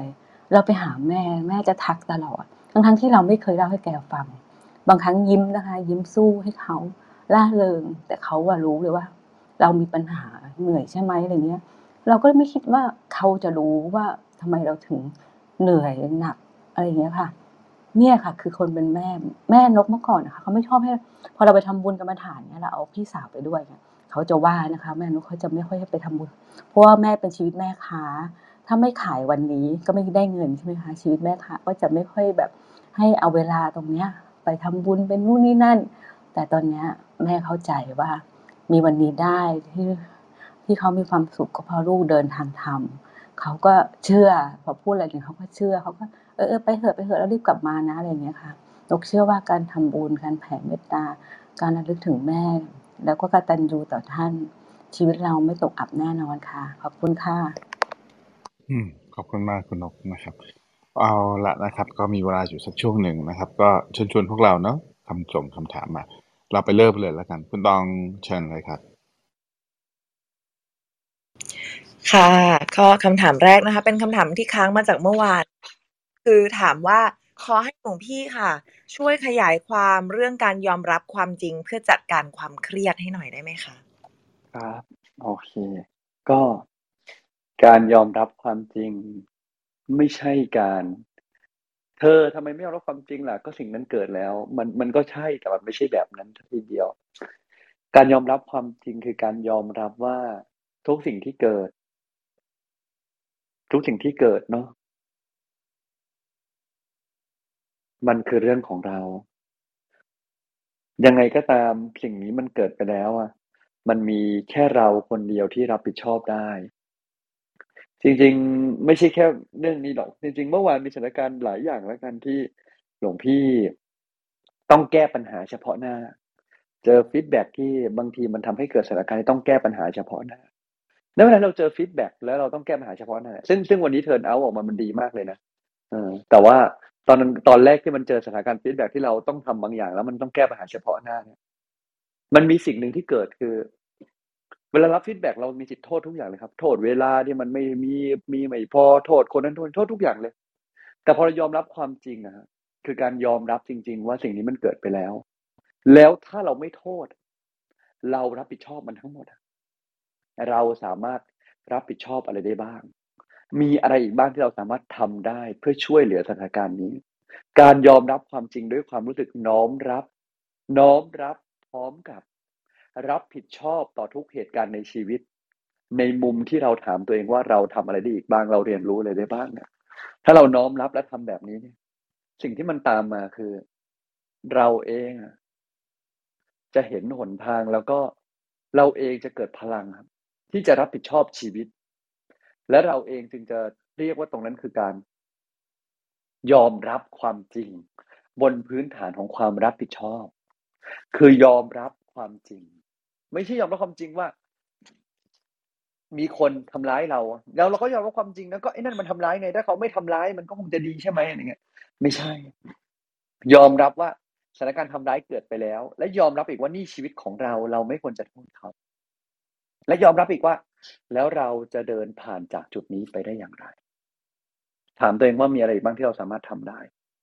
เราไปหาแม่แม่จะทักตลอดทั้งๆที่เราไม่เคยเล่าให้แกฟังบางครั้งยิ้มนะคะยิ้มสู้ให้เขาร่าเริงแต่เขาอะรู้เลยว่าเรามีปัญหาเหนื่อยใช่ไหมอะไรเงี้ยเราก็ไม่คิดว่าเขาจะรู้ว่าทำไมเราถึงเหนื่อยหนักอะไรอย่างเงี้ยค่ะเนี่ยค่ะคือคนเป็นแม่แม่นกเมื่อก่อนนะคะเขาไม่ชอบให้พอเราไปทำบุญกรรมฐานเนี่ยเราเอาพี่สาวไปด้วยเนี่ยเขาจะว่านะคะแม่นกเขาจะไม่ค่อยให้ไปทำบุญเพราะว่าแม่เป็นชีวิตแม่ค้าถ้าไม่ขายวันนี้ก็ไม่ได้เงินใช่ไหมคะชีวิตแม่ค้าก็จะไม่ค่อยแบบให้เอาเวลาตรงเนี้ยไปทำบุญเป็นนู่นนี่นั่นแต่ตอนเนี้ยแม่เข้าใจว่ามีวันนี้ได้ที่ที่เขามีความสุขก็เพราะลูกเดินทางธรรมเขาก็เชื่อพอพูดอะไรเนี่ยเขาก็เชื่อเขาก็เออเออไปเถอะไปเถอะแล้วรีบกลับมานะอะไรอย่างเงี้ยค่ะนกเชื่อว่าการทำบุญการแผ่เมตตาการระลึกถึงแม่แล้วก็กตัญญูต่อท่านชีวิตเราไม่ตกอับแน่นอนค่ะขอบคุณค่ะอืมขอบคุณมากคุณนกนะครับเอาละนะครับก็มีเวลาอยู่สักช่วงหนึ่งนะครับก็เชิญชวนพวกเราเนาะคำส่งคำถามมาเราไปเริ่มเลยแล้วกันคุณตองเชิญเลยครับค่ะก็คำถามแรกนะคะเป็นคำถามที่ค้างมาจากเมื่อวานคือถามว่าขอให้หลวงพี่ค่ะช่วยขยายความเรื่องการยอมรับความจริงเพื่อจัดการความเครียดให้หน่อยได้ไหมคะครับโอเคก็การยอมรับความจริงไม่ใช่การเธอทำไมไม่ยอมรับความจริงล่ะก็สิ่งนั้นเกิดแล้วมันมันก็ใช่แต่มันไม่ใช่แบบนั้นทีเดียวการยอมรับความจริงคือการยอมรับว่าทุกสิ่งที่เกิดทุกสิ่งที่เกิดเนาะมันคือเรื่องของเรายังไงก็ตามสิ่งนี้มันเกิดไปแล้วอะมันมีแค่เราคนเดียวที่รับผิดชอบได้จริงๆไม่ใช่แค่เรื่องนี้หรอกจริงๆเมื่อวานมีสถานการณ์หลายอย่างแล้วกันที่หลวงพี่ต้องแก้ปัญหาเฉพาะหน้าเจอฟีดแบ็กที่บางทีมันทำให้เกิดสถานการณ์ที่ต้องแก้ปัญหาเฉพาะหน้าแล้วเวลาเราเจอฟีดแบ็กแล้วเราต้องแก้ปัญหาเฉพาะหน้าซึ่งซึ่งวันนี้เทิร์นเอาท์ออกมามันดีมากเลยนะเออแต่ว่าตอนนั้นตอนแรกที่มันเจอสถานการณ์ฟีดแบ็กที่เราต้องทำบางอย่างแล้วมันต้องแก้ปัญหาเฉพาะหน้าเนี่ยมันมีสิ่งหนึ่งที่เกิดคือเวลารับฟีดแบ็กเรามีสิทธิ์โทษทุกอย่างเลยครับโทษเวลาที่มันไม่มีมีไม่พอโทษคนนั้นโทษโทษทุกอย่างเลยแต่พอเรายอมรับความจริงอะฮะคือการยอมรับจริงๆว่าสิ่งนี้มันเกิดไปแล้วแล้วถ้าเราไม่โทษเรารับผิดชอบมันทั้งหมดอะเราสามารถรับผิดชอบอะไรได้บ้างมีอะไรอีกบ้างที่เราสามารถทำได้เพื่อช่วยเหลือสถานการณ์นี้การยอมรับความจริงด้วยความรู้สึกน้อมรับน้อมรับพร้อมกับรับผิดชอบต่อทุกเหตุการณ์ในชีวิตในมุมที่เราถามตัวเองว่าเราทำอะไรได้อีกบ้างเราเรียนรู้อะไรได้บ้างเนี่ยถ้าเราน้อมรับและทำแบบนี้เนี่ยสิ่งที่มันตามมาคือเราเองอะจะเห็นหนทางแล้วก็เราเองจะเกิดพลังครับที่จะรับผิดชอบชีวิตและเราเองจึงจะเรียกว่าตรงนั้นคือการยอมรับความจริงบนพื้นฐานของความรับผิดชอบคือยอมรับความจริงไม่ใช่ยอมรับความจริงว่ามีคนทำร้ายเราแล้วเราก็ยอมรับความจริงนะก็ไอ้นั่นมันทำร้ายไงถ้าเขาไม่ทำร้ายมันก็คงจะดีใช่ไหมอะไรเงี้ยไม่ใช่ยอมรับว่าสถานการณ์ทำร้ายเกิดไปแล้วและยอมรับอีกว่านี่ชีวิตของเราเราไม่ควรจะโทษเขาและยอมรับอีกว่าแล้วเราจะเดินผ่านจากจุดนี้ไปได้อย่างไรถามตัวเองว่ามีอะไรบ้างที่เราสามารถทำได้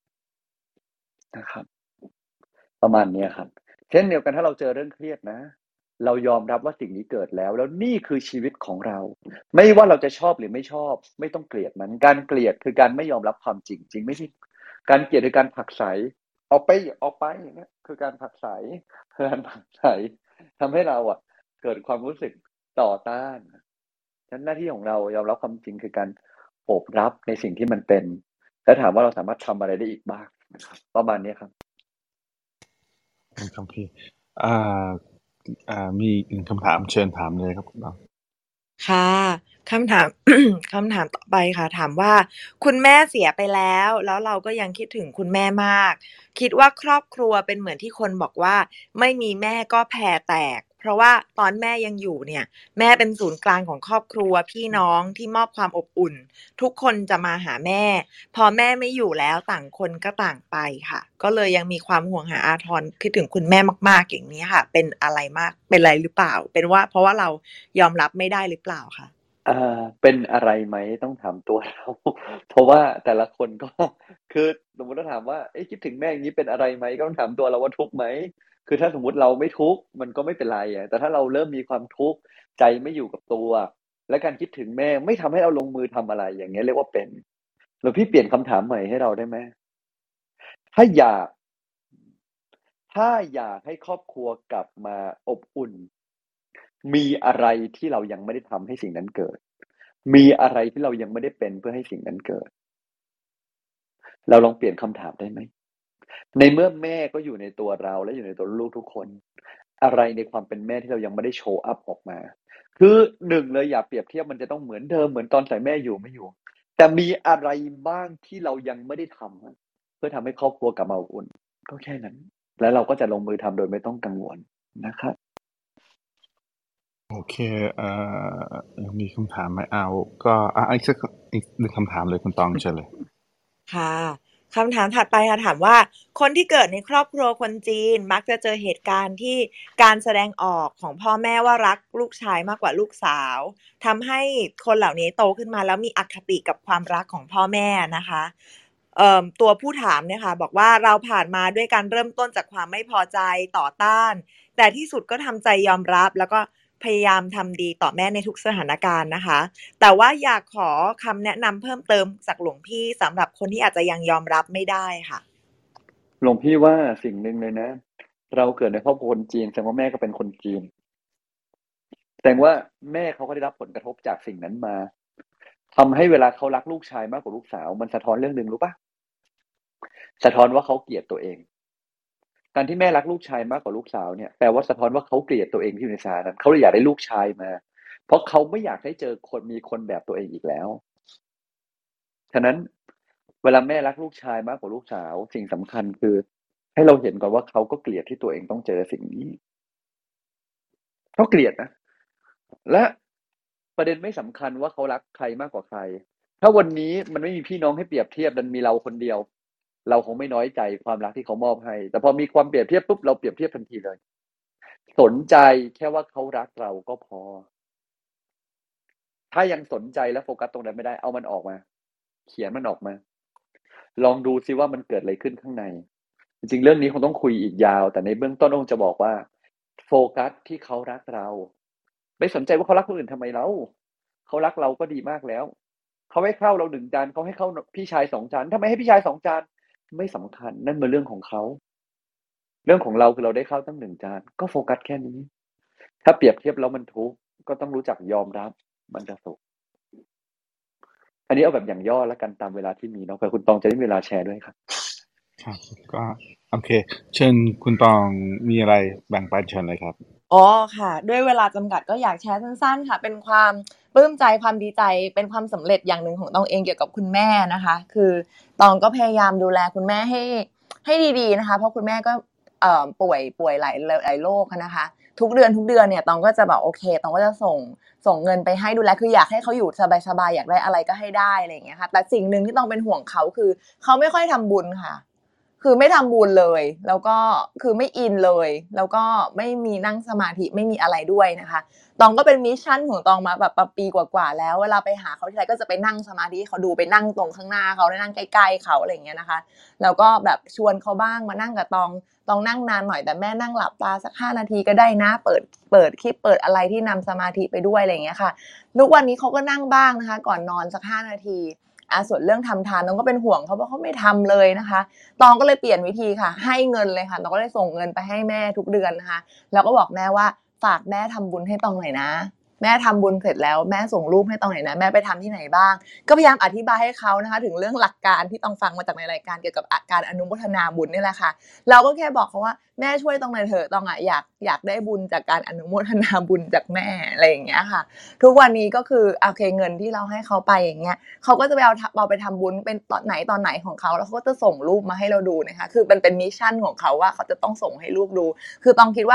นะครับประมาณนี้ครับเช่นเดียวกันถ้าเราเจอเรื่องเครียดนะเรายอมรับว่าสิ่งนี้เกิดแล้วแล้วนี่คือชีวิตของเราไม่ว่าเราจะชอบหรือไม่ชอบไม่ต้องเกลียดมันการเกลียดคือการไม่ยอมรับความจริงจริงไม่ใช่การเกลียดคือการผลักไสออกไปออกไปอย่างเงี้ยคือการผลักไสคือการผลักไสทำให้เราอ่ะเกิดความรู้สึกต่อต้านฉะนั้นหน้าที่ของเรายอมรับความจริงคือการโอบรับในสิ่งที่มันเป็นแล้วถามว่าเราสามารถทำอะไรได้อีกบ้างนะครับประมาณนี้ครับคุณคัมพีร์อ่าอ่ามีอีกหนึ่งคำถามเชิญถามเลยครับคุณน้องค่ะคำถาม คำถามต่อไปค่ะถามว่าคุณแม่เสียไปแล้วแล้วเราก็ยังคิดถึงคุณแม่มากคิดว่าครอบครัวเป็นเหมือนที่คนบอกว่าไม่มีแม่ก็แผ่แตกเพราะว่าตอนแม่ยังอยู่เนี่ยแม่เป็นศูนย์กลางของครอบครัวพี่น้องที่มอบความอบอุ่นทุกคนจะมาหาแม่พอแม่ไม่อยู่แล้วต่างคนก็ต่างไปค่ะก็เลยยังมีความห่วงหาอาทรคิดถึงคุณแม่มากๆอย่างนี้ค่ะเป็นอะไรมากเป็นอะไรหรือเปล่าเป็นว่าเพราะว่าเรายอมรับไม่ได้หรือเปล่าคะอ่าเป็นอะไรไหมต้องถามตัวเรา เพราะว่าแต่ละคนก็ คือสมมุติถ้าถามว่าเอ๊ะคิดถึงแม่อย่างนี้เป็นอะไรไหมก็ต้องถามตัวเราว่าทุกข์ไหมคือถ้าสมมุติเราไม่ทุกข์มันก็ไม่เป็นไรอะแต่ถ้าเราเริ่มมีความทุกข์ใจไม่อยู่กับตัวและการคิดถึงแม่ไม่ทำให้เราลงมือทำอะไรอย่างเงี้ยเรียกว่าเป็นหรือพี่เปลี่ยนคำถามใหม่ให้เราได้ไหมถ้าอยากถ้าอยากให้ครอบครัวกลับมาอบอุ่นมีอะไรที่เรายังไม่ได้ทำให้สิ่งนั้นเกิด มีอะไรที่เรายังไม่ได้เป็นเพื่อให้สิ่งนั้นเกิด เราลองเปลี่ยนคำถามได้ไหม ในเมื่อแม่ก็อยู่ในตัวเราและอยู่ในตัวลูกทุกคน อะไรในความเป็นแม่ที่เรายังไม่ได้โชว์อัพออกมา คือหนึ่งเลยอย่าเปรียบเทียบมันจะต้องเหมือนเดิมเหมือนตอนใส่แม่อยู่ไม่อยู่ แต่มีอะไรบ้างที่เรายังไม่ได้ทำอะเพื่อทำให้ครอบครัวกลับมาอบอุ่น ก็แค่นั้น แล้วเราก็จะลงมือทำโดยไม่ต้องกังวลนะครับโอเคเอ่อยังมีคำถามไหมเอาก็อ่ะอีกสักอีกหนึ่งคำถามเลยคุณตองเชิญเลยค่ะคำถามถัดไปค่ะถามว่าคนที่เกิดในครอบครัวคนจีนมักจะเจอเหตุการณ์ที่การแสดงออกของพ่อแม่ว่ารักลูกชายมากกว่าลูกสาวทำให้คนเหล่านี้โตขึ้นมาแล้วมีอคติกับความรักของพ่อแม่นะคะเอ่อตัวผู้ถามเนี่ยค่ะบอกว่าเราผ่านมาด้วยการเริ่มต้นจากความไม่พอใจต่อต้านแต่ที่สุดก็ทำใจยอมรับแล้วก็พยายามทำดีต่อแม่ในทุกสถานการณ์นะคะแต่ว่าอยากขอคำแนะนำเพิ่มเติมจากหลวงพี่สำหรับคนที่อาจจะยังยอมรับไม่ได้ค่ะหลวงพี่ว่าสิ่งหนึ่งเลยนะ เราเกิดในครอบครัวคนจีนแสดงว่าแม่ก็เป็นคนจีนแสดงว่าแม่เขาก็ได้รับผลกระทบจากสิ่งนั้นมาทำให้เวลาเขารักลูกชายมากกว่าลูกสาวมันสะท้อนเรื่องหนึ่งรู้ปะสะท้อนว่าเขาเกลียดตัวเอง การที่แม่รักลูกชายมากกว่าลูกสาวเนี่ยแปลว่าสะท้อนว่าเขาเกลียดตัวเองที่อยู่ในสถานะนั้นเขาเลยอยากได้ลูกชายมา เพราะเขาไม่อยากให้เจอคนมีคนแบบตัวเองอีกแล้วฉะนั้นเวลาแม่รักลูกชายมากกว่าลูกสาวสิ่งสำคัญคือให้เราเห็นก่อนว่าเขาก็เกลียดที่ตัวเองต้องเจอสิ่งนี้เขาเกลียดนะและประเด็นไม่สำคัญว่าเขารักใครมากกว่าใครถ้าวันนี้มันไม่มีพี่น้องให้เปรียบเทียบดันมีเราคนเดียวเราคงไม่น้อยใจความรักที่เขามอบให้แต่พอมีความเปรียบเทียบปุ๊บเราเปรียบเทียบทันทีเลยสนใจแค่ว่าเขารักเราก็พอถ้ายังสนใจและโฟกัสตรงนั้นไม่ได้เอามันออกมาเขียนมันออกมาลองดูซิว่ามันเกิดอะไรขึ้นข้างในจริงๆเรื่องนี้คงต้องคุยอีกยาวแต่ในเบื้องต้นองค์จะบอกว่าโฟกัสที่เขารักเราไม่สนใจว่าเขารักคนอื่นทำไมเราเขารักเราก็ดีมากแล้วเขาให้ข้าวเราหนึ่งจานเขาให้ข้าวพี่ชายสองจานทำไมให้พี่ชายสองจานไม่สำคัญนั่นเป็นเรื่องของเขาเรื่องของเราคือเราได้ข้าวตั้งหนึ่งจานก็โฟกัสแค่นี้ถ้าเปรียบเทียบแล้วมันทุกข์ก็ต้องรู้จักยอมรับมันจะสุขอันนี้เอาแบบอย่างย่อแล้วกันตามเวลาที่มีเนาะเผื่อคุณตองจะได้มีเวลาแชร์ด้วยครับครับก็โอเคเชิญคุณตองมีอะไรแบ่งปันเชิญเลยครับอ๋อค่ะด้วยเวลาจำกัดก็อยากแชร์สั้นๆค่ะเป็นความปลื้มใจความดีใจเป็นความสำเร็จอย่างหนึ่งของตองเองเกี่ยวกับคุณแม่นะคะคือตองก็พยายามดูแลคุณแม่ให้ให้ดีๆนะคะเพราะคุณแม่ก็เอ่อป่วยป่วยหลายหลายโรคนะคะทุกเดือนทุกเดือนเนี่ยตองก็จะแบบโอเคตองก็จะส่งส่งเงินไปให้ดูแลคืออยากให้เขาอยู่สบายๆอยากได้อะไรก็ให้ได้อะไรอย่างเงี้ยค่ะแต่สิ่งหนึ่งที่ตองเป็นห่วงเขาคือเขาไม่ค่อยทำบุญค่ะคือไม่ทำบุญเลยแล้วก็คือไม่อินเลยแล้วก็ไม่มีนั่งสมาธิไม่มีอะไรด้วยนะคะตองก็เป็นมิชชั่นของตองมาแบบปีกว่าๆแล้วเวลาไปหาเขาทีไรก็จะไปนั่งสมาธิเขาดูไปนั่งตรงข้างหน้าเขานั่งใกล้ๆเขาอะไรอย่างเงี้ยนะคะแล้วก็แบบชวนเขาบ้างมานั่งกับตองตองนั่งนานหน่อยแต่แม่นั่งหลับตาสักห้านาทีก็ได้นะเปิดเปิดคลิปเปิดอะไรที่นำสมาธิไปด้วยอะไรอย่างเงี้ยค่ะทุกวันนี้เขาก็นั่งบ้างนะคะก่อนนอนสักห้านาทีอ่ะส่วนเรื่องทำทานตองก็เป็นห่วงเขาเพราะเขาไม่ทำเลยนะคะตองก็เลยเปลี่ยนวิธีค่ะให้เงินเลยค่ะตองก็เลยส่งเงินไปให้แม่ทุกเดือนนะคะแล้วก็บอกแม่ว่าฝากแม่ทำบุญให้ตองหน่อยนะแม่ทำบุญเสร็จแล้วแม่ส่งรูปให้ตองหน่อยนะแม่ไปทำที่ไหนบ้างก็พยายามอธิบายให้เขานะคะถึงเรื่องหลักการที่ตองฟังมาจากในรายการเกี่ยวกับการอนุโมทนาบุญนี่แหละค่ะเราก็แค่บอกเขาว่าแม่ช่วยตองหน่อยเถอะตองอ่ะอยากอยากได้บุญจากการอนุโมทนาบุญจากแม่อะไรอย่างเงี้ยค่ะทุกวันนี้ก็คือโอเคเงินที่เราให้เขาไปอย่างเงี้ยเขาก็จะไปเอาเอาไปทำบุญเป็นตอนไหนตอนไหนของเขาแล้วเขาก็จะส่งรูปมาให้เราดูนะคะคือเป็นเป็นมิชชั่นของเขาว่าเขาจะต้องส่งให้ลูกดูคือตองคิดว่า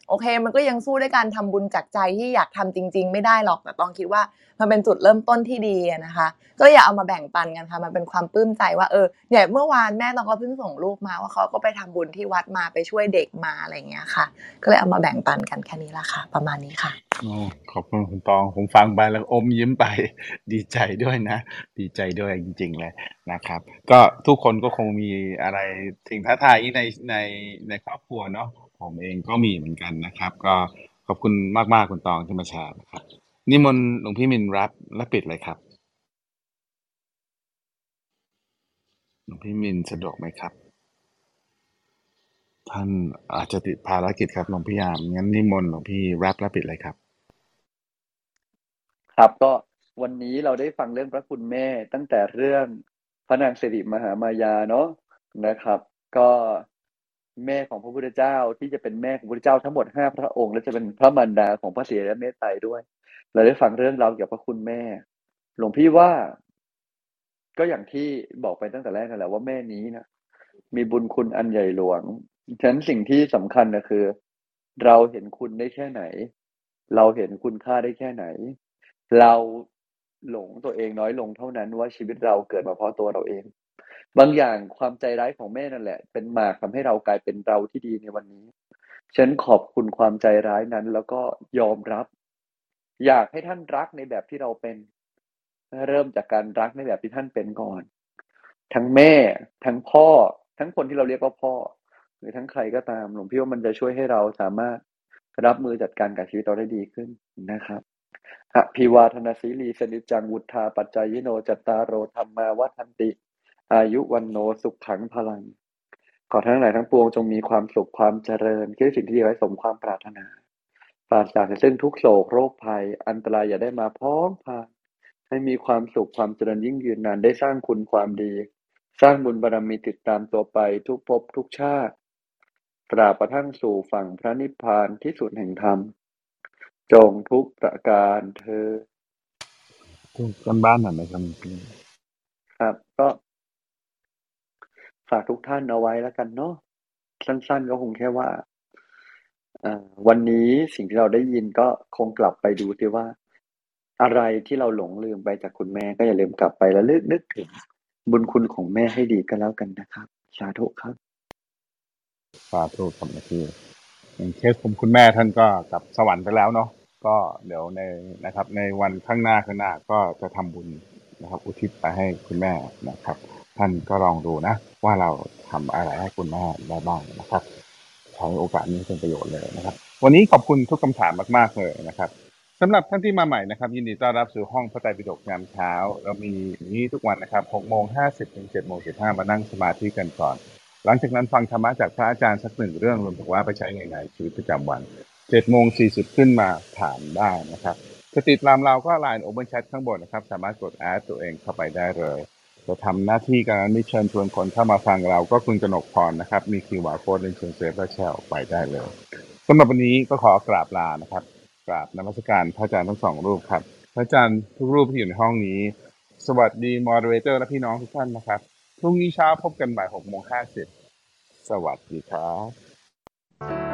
โอเคมันก็ยังสู้ด้วยการทำบุญจากใจที่อยากทำจริงๆไม่ได้หรอกแต่ต้องคิดว่ามันเป็นจุดเริ่มต้นที่ดีนะคะก็อย่าเอามาแบ่งปันกันค่ะมันเป็นความปลื้มใจว่าเออเนี่ยเมื่อวานแม่ต้องก็เพิ่งส่งรูปมาว่าเขาก็ไปทำบุญที่วัดมาไปช่วยเด็กมาอะไรอย่างเงี้ยค่ะก็เลยเอามาแบ่งปันกันแค่นี้ละค่ะประมาณนี้ค่ะโอ้ขอบคุณคุณตองผมฟังไปแล้วอมยิ้มไป ดีใจด้วยนะ ดีใจด้วยจริงๆเลยนะครับ ก็ทุกคนก็คงมีอะไรสิ่งท้าทายในในในครอบครัวเนาะผมเองก็มีเหมือนกันนะครับ ก็ขอบคุณมากๆคุณตองที่มาแชร์นะครับนิมนต์หลวงพี่มินรับและปิดเลยครับหลวงพี่มินสะดวกไหมครับท่านอาจจะติดภารกิจครับหลวงพี่ยามงั้นนิมนต์หลวงพี่รับและปิดเลยครับครับก็วันนี้เราได้ฟังเรื่องพระคุณแม่ตั้งแต่เรื่องพระนางสิริมหามายาเนาะนะครับ ก็แม่ของพระพุทธเจ้าที่จะเป็นแม่ของพระพุทธเจ้าทั้งหมดห้าพระองค์และจะเป็นพระมารดาของพระศรีอริยเมตไตรด้วย เราได้ฟังเรื่องราวเกี่ยวกับพระคุณแม่ หลวงพี่ว่า ก็อย่างที่บอกไปตั้งแต่แรกนั่นแหละว่าแม่นี้นะมีบุญคุณอันใหญ่หลวงฉะนั้นสิ่งที่สำคัญนะคือ เราเห็นคุณได้แค่ไหน เราเห็นคุณค่าได้แค่ไหน เราหลงตัวเองน้อยลงเท่านั้นว่าชีวิตเราเกิดมาเพราะตัวเราเอง บางอย่างความใจร้ายของแม่นั่นแหละ เป็นหมากทำให้เรากลายเป็นเราที่ดีในวันนี้ฉันขอบคุณความใจร้ายนั้น แล้วก็ยอมรับ อยากให้ท่านรักในแบบที่เราเป็น เริ่มจากการรักในแบบที่ท่านเป็นก่อน ทั้งแม่ทั้งพ่อทั้งคนที่เราเรียกว่าพ่อ หรือทั้งใครก็ตามหลวงพี่ว่ามันจะช่วยให้เราสามารถรับมือจัดการกับชีวิตเราได้ดีขึ้นนะครับอภิวาทนาสีลีสนิจจังวุฒาปัจจายโนจัตตารโรธรรมาวัฏันติ อายุวันโนสุขขังพลัง ขอทั้งหลายทั้งปวงจงมีความสุขความเจริญคิดสิ่งที่ดีไว้สมความปรารถนาปราศจากซึ่งทุกโศกโรคภัยอันตรายอย่าได้มาพ้องพานให้มีความสุขความเจริญยิ่งยืนนานได้สร้างคุณความดี สร้างบุญบารมีติดตามตัวไปทุกภพทุกชาติตราบกระทั่งสู่ฝั่งพระนิพพานที่สุดแห่งธรรมจงทุกประการเธอทุกกันบ้านหน่อยไหมครับพี่ครับก็ฝากทุกท่านเอาไว้แล้วกันเนาะสั้นๆก็คงแค่ว่าวันนี้สิ่งที่เราได้ยินก็คงกลับไปดูซิว่าอะไรที่เราหลงลืมไปจากคุณแม่ก็อย่าลืมกลับไปแล้วลึกนึกถึงบุญคุณของแม่ให้ดีก็แล้วกันนะครับสาธุครับสาธุครับพี่อย่างเคสผมคุณแม่ท่านก็กลับสวรรค์ไปแล้วเนาะก็เดี๋ยวในนะครับในวันข้างหน้าข้างหน้าก็จะทำบุญนะครับอุทิศไปให้คุณแม่นะครับท่านก็ลองดูนะว่าเราทำอะไรให้คุณแม่ได้บ้างนะครับใช้โอกาสนี้เป็นประโยชน์เลยนะครับวันนี้ขอบคุณทุกคำถามมากๆเลยนะครับสำหรับท่านที่มาใหม่นะครับยินดีต้อนรับสู่ห้องพระไตรปิฎกยามเช้าเรามีอย่างนี้ทุกวันนะครับหกโมงห้าสิบถึงเจ็ดโมงสิบห้ามานั่งสมาธิกันก่อนหลังจากนั้นฟังธรรมะจากพระอาจารย์สักหนึ่งเรื่องรวมถึงว่าไปใช้ในชีวิตประจำวันเจ็ดโมงสี่สิบขึ้นมาถามได้นะครับจะติดตามเราก็ ไลน์ Open Chat ข้างบนนะครับสามารถกดแอดตัวเองเข้าไปได้เลยจะทำหน้าที่การนิเชิญชวนคนเข้ามาฟังเราก็คุณกนกพรนะครับมี คิว อาร์ Code ในเชิงเซฟและแชร์ออกไปได้เลยสำหรับวันนี้ก็ขอกราบลานะครับกราบนมัสการพระอาจารย์ทั้งสองรูปครับพระอาจารย์ทุกรูปที่อยู่ในห้องนี้สวัสดีมอดเรเตอร์และพี่น้องทุกท่านนะครับพรุ่งนี้เช้าพบกันบ่ายหกโมงห้าสิบสวัสดีครับ